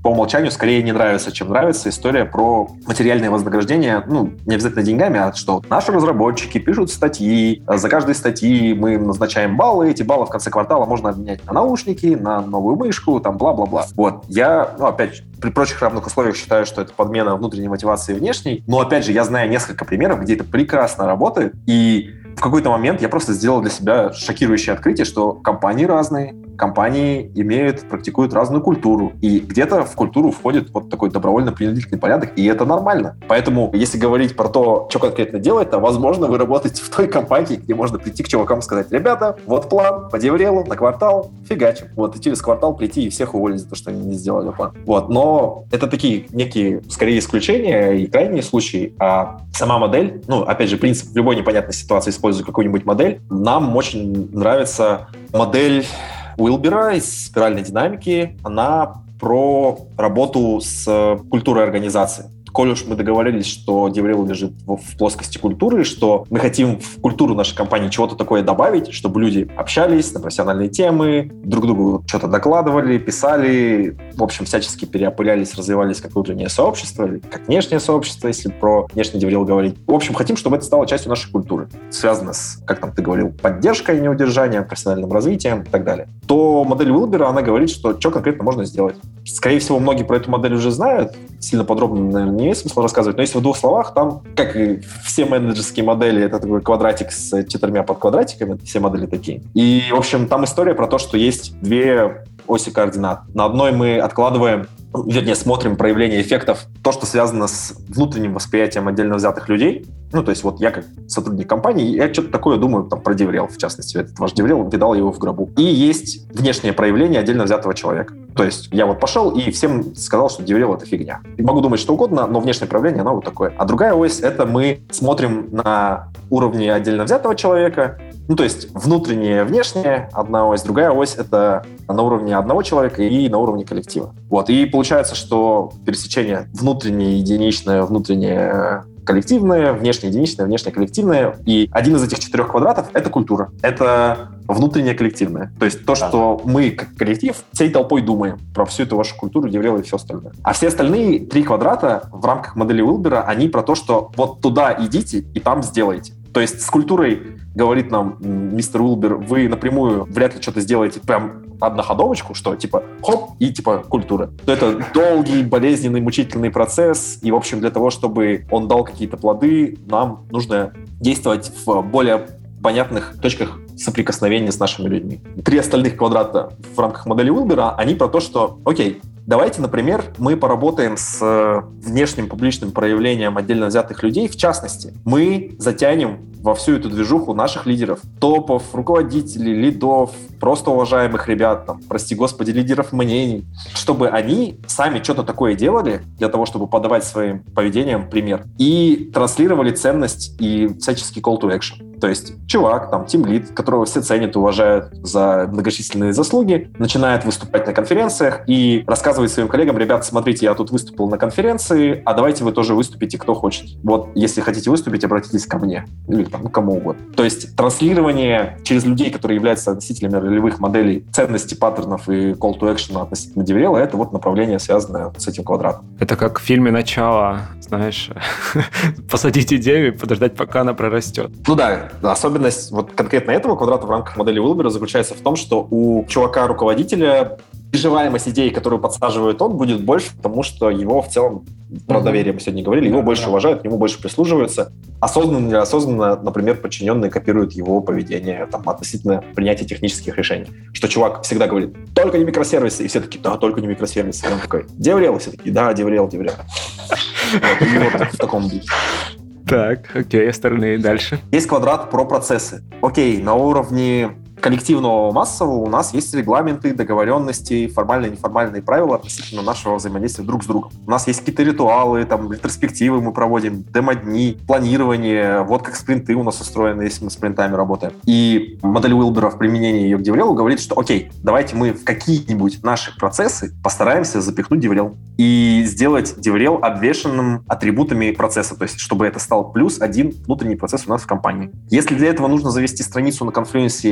Speaker 1: по умолчанию скорее не нравится, чем нравится история про материальное вознаграждение, ну, не обязательно деньгами, а что наши разработчики пишут статьи, за каждой статьи мы им назначаем баллы, эти баллы в конце квартала можно обменять на наушники, на новую мышку, там, бла-бла-бла. Вот, я, ну, опять, при прочих равных условиях считаю, что это подмена внутренней мотивации и внешней, но, опять же, я знаю несколько примеров, где это прекрасно работает, и в какой-то момент я просто сделал для себя шокирующее открытие, что компании разные, компании имеют, практикуют разную культуру. И где-то в культуру входит вот такой добровольно-принудительный порядок, и это нормально. Поэтому, если говорить про то, что конкретно делать, то, возможно, вы работаете в той компании, где можно прийти к чувакам и сказать: ребята, вот план по деврелу на квартал, фигачим. Вот, и через квартал прийти и всех уволить за то, что они не сделали план. Вот, но это такие некие, скорее, исключения и крайние случаи, а сама модель, ну, опять же, принцип в любой непонятной ситуации используя какую-нибудь модель. Нам очень нравится модель Уилбера из спиральной динамики. Она про работу с культурой организации. Коль уж мы договорились, что деврел лежит в, в плоскости культуры, что мы хотим в культуру нашей компании чего-то такое добавить, чтобы люди общались на профессиональные темы, друг другу что-то докладывали, писали, в общем, всячески переопылялись, развивались как внутреннее сообщество, или как внешнее сообщество, если про внешний деврел говорить. В общем, хотим, чтобы это стало частью нашей культуры, связано с, как там ты говорил, поддержкой, неудержанием, профессиональным развитием и так далее. То модель Уилбера, она говорит, что что конкретно можно сделать. Скорее всего, многие про эту модель уже знают, сильно подробно, наверное, не имеет смысла рассказывать, но если в двух словах, там, как и все менеджерские модели, это такой квадратик с четырьмя подквадратиками, все модели такие. И, в общем, там история про то, что есть две оси координат. На одной мы откладываем, вернее, смотрим проявление эффектов, то, что связано с внутренним восприятием отдельно взятых людей. Ну, то есть вот я как сотрудник компании, я что-то такое думаю там про деврел, в частности. Этот ваш деврел, видал его в гробу. И есть внешнее проявление отдельно взятого человека. То есть я вот пошел и всем сказал, что деврел — это фигня. И могу думать что угодно, но внешнее проявление, оно вот такое. А другая ось — это мы смотрим на уровне отдельно взятого человека. Ну, то есть внутреннее, внешнее — одна ось, другая ось — это на уровне одного человека и на уровне коллектива. Вот. И получается, что пересечение внутреннее, единичное, внутреннее коллективное, внешнее единичное, внешнее коллективное. И один из этих четырех квадратов — это культура. Это внутреннее коллективное. То есть то, да. что мы, как коллектив, всей толпой думаем про всю эту вашу культуру, деврел и все остальное. А все остальные три квадрата в рамках модели Уилбера, они про то, что вот туда идите и там сделайте. То есть с культурой, говорит нам мистер Уилбер, вы напрямую вряд ли что-то сделаете прям одноходовочку, что типа хоп, и типа культура. То это долгий, болезненный, мучительный процесс, и, в общем, для того, чтобы он дал какие-то плоды, нам нужно действовать в более понятных точках соприкосновения с нашими людьми. Три остальных квадрата в рамках модели Уилбера, они про то, что, окей, давайте, например, мы поработаем с внешним публичным проявлением отдельно взятых людей. В частности, мы затянем во всю эту движуху наших лидеров, топов, руководителей, лидов, просто уважаемых ребят, там, прости господи, лидеров мнений, чтобы они сами что-то такое делали для того, чтобы подавать своим поведением пример и транслировали ценность и всяческий call to action. То есть чувак, там, тимлид, которого все ценят и уважают за многочисленные заслуги, начинает выступать на конференциях и рассказывать своим коллегам: ребят, смотрите, я тут выступил на конференции, а давайте вы тоже выступите, кто хочет. Вот, если хотите выступить, обратитесь ко мне. Или там, ну, кому угодно. То есть транслирование через людей, которые являются носителями ролевых моделей ценности, паттернов и call to action относительно деврела, это вот направление, связанное с этим квадратом.
Speaker 2: Это как в фильме «Начало», знаешь, посадить идею и подождать, пока она прорастет.
Speaker 1: Ну да, особенность вот конкретно этого квадрата в рамках модели Уилбера заключается в том, что у чувака-руководителя переживаемость идеи, которую подсаживает он, будет больше, потому что его в целом, про доверие мы сегодня говорили, его больше уважают, ему больше прислуживаются. Осознанно или осознанно, например, подчиненные копируют его поведение там, относительно принятия технических решений. Что чувак всегда говорит: только не микросервисы, и все такие: да, только не микросервисы. И он такой: деврел, и все такие: да, деврел, деврел. И вот в таком духе.
Speaker 2: Так, окей, остальные дальше.
Speaker 1: Есть квадрат про процессы. Окей, на уровне коллективного массового у нас есть регламенты, договоренности, формальные и неформальные правила относительно нашего взаимодействия друг с другом. У нас есть какие-то ритуалы, там, ретроспективы мы проводим, демо-дни, планирование, вот как спринты у нас устроены, если мы спринтами работаем. И модель Уилбера в применении ее к деврелу говорит, что окей, давайте мы в какие-нибудь наши процессы постараемся запихнуть деврел и сделать деврел обвешенным атрибутами процесса, то есть чтобы это стал плюс один внутренний процесс у нас в компании. Если для этого нужно завести страницу на конфлюенсе и описать,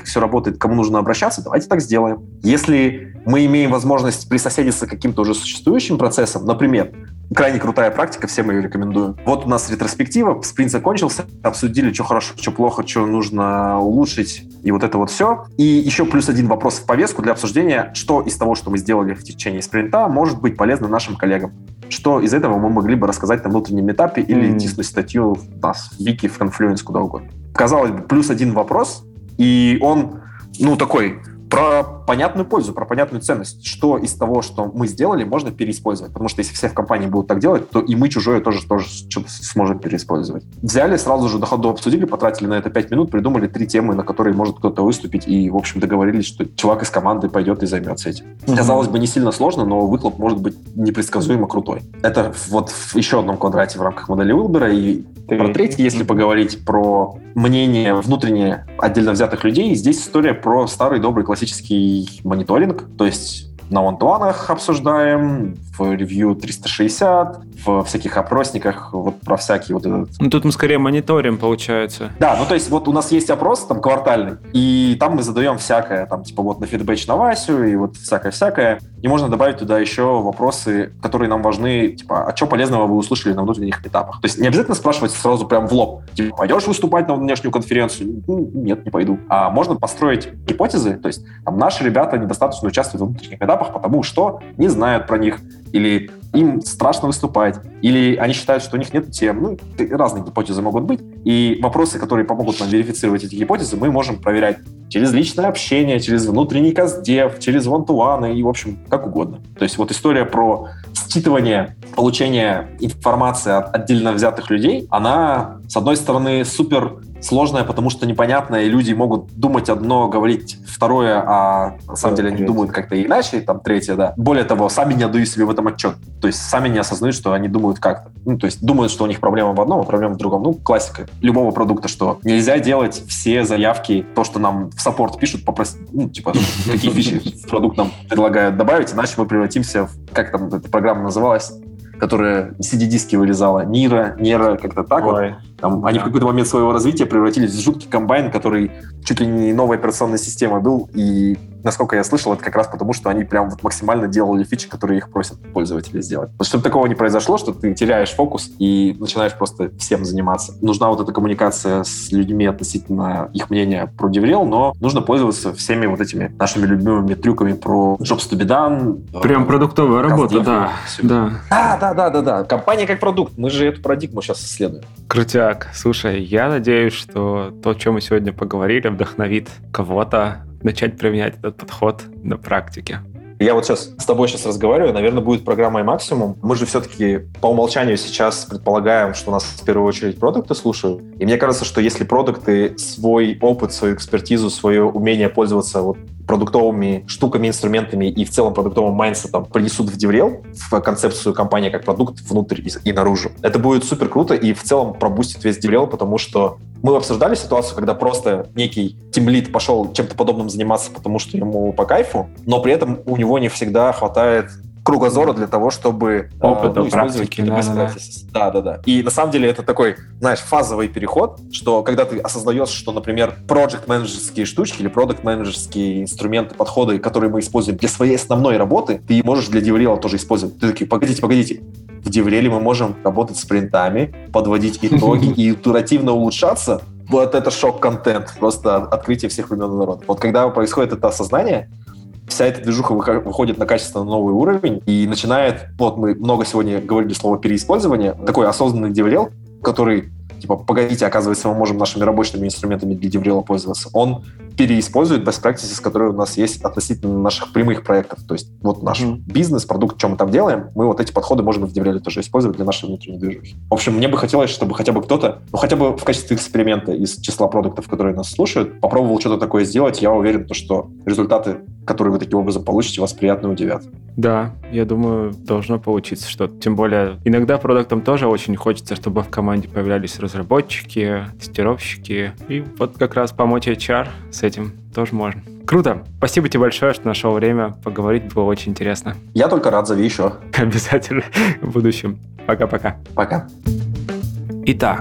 Speaker 1: как все работает, к кому нужно обращаться, давайте так сделаем. Если мы имеем возможность присоседиться к каким-то уже существующим процессам, например, крайне крутая практика, всем ее рекомендую. Вот у нас ретроспектива, спринт закончился, обсудили, что хорошо, что плохо, что нужно улучшить, и вот это вот все. И еще плюс один вопрос в повестку для обсуждения, что из того, что мы сделали в течение спринта, может быть полезно нашим коллегам. Что из этого мы могли бы рассказать на внутреннем этапе или mm. тиснуть статью в нас, в Вики, в Confluence, куда угодно. Казалось бы, плюс один вопрос, и он, ну, такой... про понятную пользу, про понятную ценность. Что из того, что мы сделали, можно переиспользовать. Потому что если все в компании будут так делать, то и мы чужое тоже, тоже что-то сможем переиспользовать. Взяли, сразу же доходу обсудили, потратили на это пять минут, придумали три темы, на которые может кто-то выступить, и, в общем, договорились, что чувак из команды пойдет и займется этим. Mm-hmm. Казалось бы, не сильно сложно, но выхлоп может быть непредсказуемо крутой. Это вот в еще одном квадрате в рамках модели Уилбера. И Ты... про третий, если поговорить про мнение внутреннее отдельно взятых людей, здесь история про старый добрый классический мониторинг, то есть на one-to-one обсуждаем, в ревью триста шестьдесят, в всяких опросниках, вот про всякие вот этот...
Speaker 2: Ну, тут мы скорее мониторим, получается.
Speaker 1: Да, ну, то есть вот у нас есть опрос там квартальный, и там мы задаем всякое, там, типа вот на фидбэч на Васю, и вот всякое-всякое, и можно добавить туда еще вопросы, которые нам важны, типа, а что полезного вы услышали на внутренних этапах? То есть не обязательно спрашивать сразу прям в лоб, типа, пойдешь выступать на внешнюю конференцию? Ну, нет, не пойду. А можно построить гипотезы, то есть там наши ребята недостаточно участвуют в внутренних этапах, потому что не знают про них, или им страшно выступать, или они считают, что у них нет тем. Ну, разные гипотезы могут быть. И вопросы, которые помогут нам верифицировать эти гипотезы, мы можем проверять через личное общение, через внутренний каздев, через one-to-one и, в общем, как угодно. То есть вот история про считывание, получение информации от отдельно взятых людей, она, с одной стороны, супер сложная, потому что непонятная, и люди могут думать одно, говорить второе, а на самом деле они третье. Думают как-то иначе, там третье, да. Более того, сами не отдают себе в этом отчет. То есть сами не осознают, что они думают как-то. Ну, то есть думают, что у них проблема в одном, а проблема в другом. Ну, классика любого продукта, что нельзя делать все заявки, то, что нам в саппорт пишут, попросить, ну, типа, какие фичи в продукт нам предлагают добавить, иначе мы превратимся в, как там эта программа называлась, которая си ди-диски вылезала, Нира, Нера, как-то так вот. Там, да. Они в какой-то момент своего развития превратились в жуткий комбайн, который чуть ли не новая операционная система был, и, насколько я слышал, это как раз потому, что они прям вот максимально делали фичи, которые их просят пользователи сделать. Вот чтобы такого не произошло, что ты теряешь фокус и начинаешь просто всем заниматься. Нужна вот эта коммуникация с людьми относительно их мнения про DevRel, но нужно пользоваться всеми вот этими нашими любимыми трюками про jobs to be done.
Speaker 2: Прям продуктовая работа, да. Да.
Speaker 1: да. Да, да, да, да. Компания как продукт. Мы же эту парадигму сейчас исследуем.
Speaker 2: Крутяк. Слушай, я надеюсь, что то, о чем мы сегодня поговорили, вдохновит кого-то начать применять этот подход на практике.
Speaker 1: Я вот сейчас с тобой сейчас разговариваю, наверное, будет программа iMaximum. Мы же все-таки по умолчанию сейчас предполагаем, что нас в первую очередь продукты слушают. И мне кажется, что если продукты свой опыт, свою экспертизу, свое умение пользоваться вот продуктовыми штуками, инструментами и в целом продуктовым майндсетом принесут в DevRel, в концепцию компании как продукт внутрь и наружу, это будет супер круто и в целом пробустит весь DevRel, потому что мы обсуждали ситуацию, когда просто некий тимлид пошел чем-то подобным заниматься, потому что ему по кайфу, но при этом у него не всегда хватает кругозора для того, чтобы
Speaker 2: опыта,
Speaker 1: ну, использовать какие-то best practices. Да, да, да. И на самом деле это такой, знаешь, фазовый переход, что когда ты осознаешь, что, например, проект-менеджерские штучки или продакт-менеджерские инструменты, подходы, которые мы используем для своей основной работы, ты можешь для DevRel тоже использовать. Ты такой, погодите, погодите. В DevRel мы можем работать с спринтами, подводить итоги и итеративно улучшаться. Вот это шок-контент, просто открытие всех времен и народов. Вот когда происходит это осознание, вся эта движуха выходит на качественно новый уровень и начинает, вот мы много сегодня говорили слово переиспользование, такой осознанный DevRel, который, типа, погодите, оказывается, мы можем нашими рабочими инструментами для DevRel пользоваться, он переиспользует best practices, которые у нас есть относительно наших прямых проектов. То есть вот наш mm-hmm. бизнес, продукт, что мы там делаем, мы вот эти подходы можем в DevRel тоже использовать для нашей внутренней движухи. В общем, мне бы хотелось, чтобы хотя бы кто-то, ну хотя бы в качестве эксперимента из числа продуктов, которые нас слушают, попробовал что-то такое сделать. Я уверен, что результаты, которые вы таким образом получите, вас приятно удивят.
Speaker 2: Да, я думаю, должно получиться что-то. Тем более, иногда продуктам тоже очень хочется, чтобы в команде появлялись разработчики, тестировщики. И вот как раз помочь эйч ар с этим тоже можно. Круто. Спасибо тебе большое, что нашел время поговорить. Было очень интересно.
Speaker 1: Я только рад, зови еще.
Speaker 2: Обязательно в будущем. Пока-пока.
Speaker 1: Пока.
Speaker 2: Итак,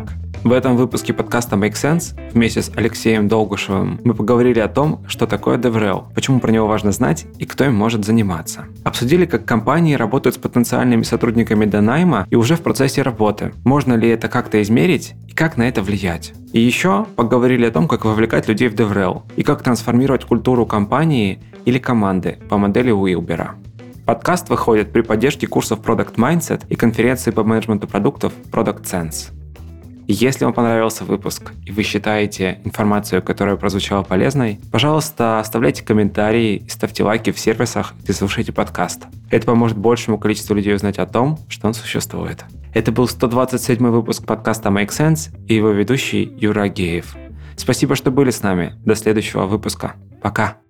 Speaker 2: В этом выпуске подкаста Make Sense вместе с Алексеем Долгушевым мы поговорили о том, что такое DevRel, почему про него важно знать и кто им может заниматься. Обсудили, как компании работают с потенциальными сотрудниками до найма и уже в процессе работы. Можно ли это как-то измерить и как на это влиять. И еще поговорили о том, как вовлекать людей в DevRel и как трансформировать культуру компании или команды по модели Уилбера. Подкаст выходит при поддержке курсов Product Mindset и конференции по менеджменту продуктов Product Sense. Если вам понравился выпуск и вы считаете информацию, которая прозвучала полезной, пожалуйста, оставляйте комментарии и ставьте лайки в сервисах, где слушаете подкаст. Это поможет большему количеству людей узнать о том, что он существует. Это был сто двадцать седьмой выпуск подкаста Make Sense и его ведущий Юра Агеев. Спасибо, что были с нами. До следующего выпуска. Пока.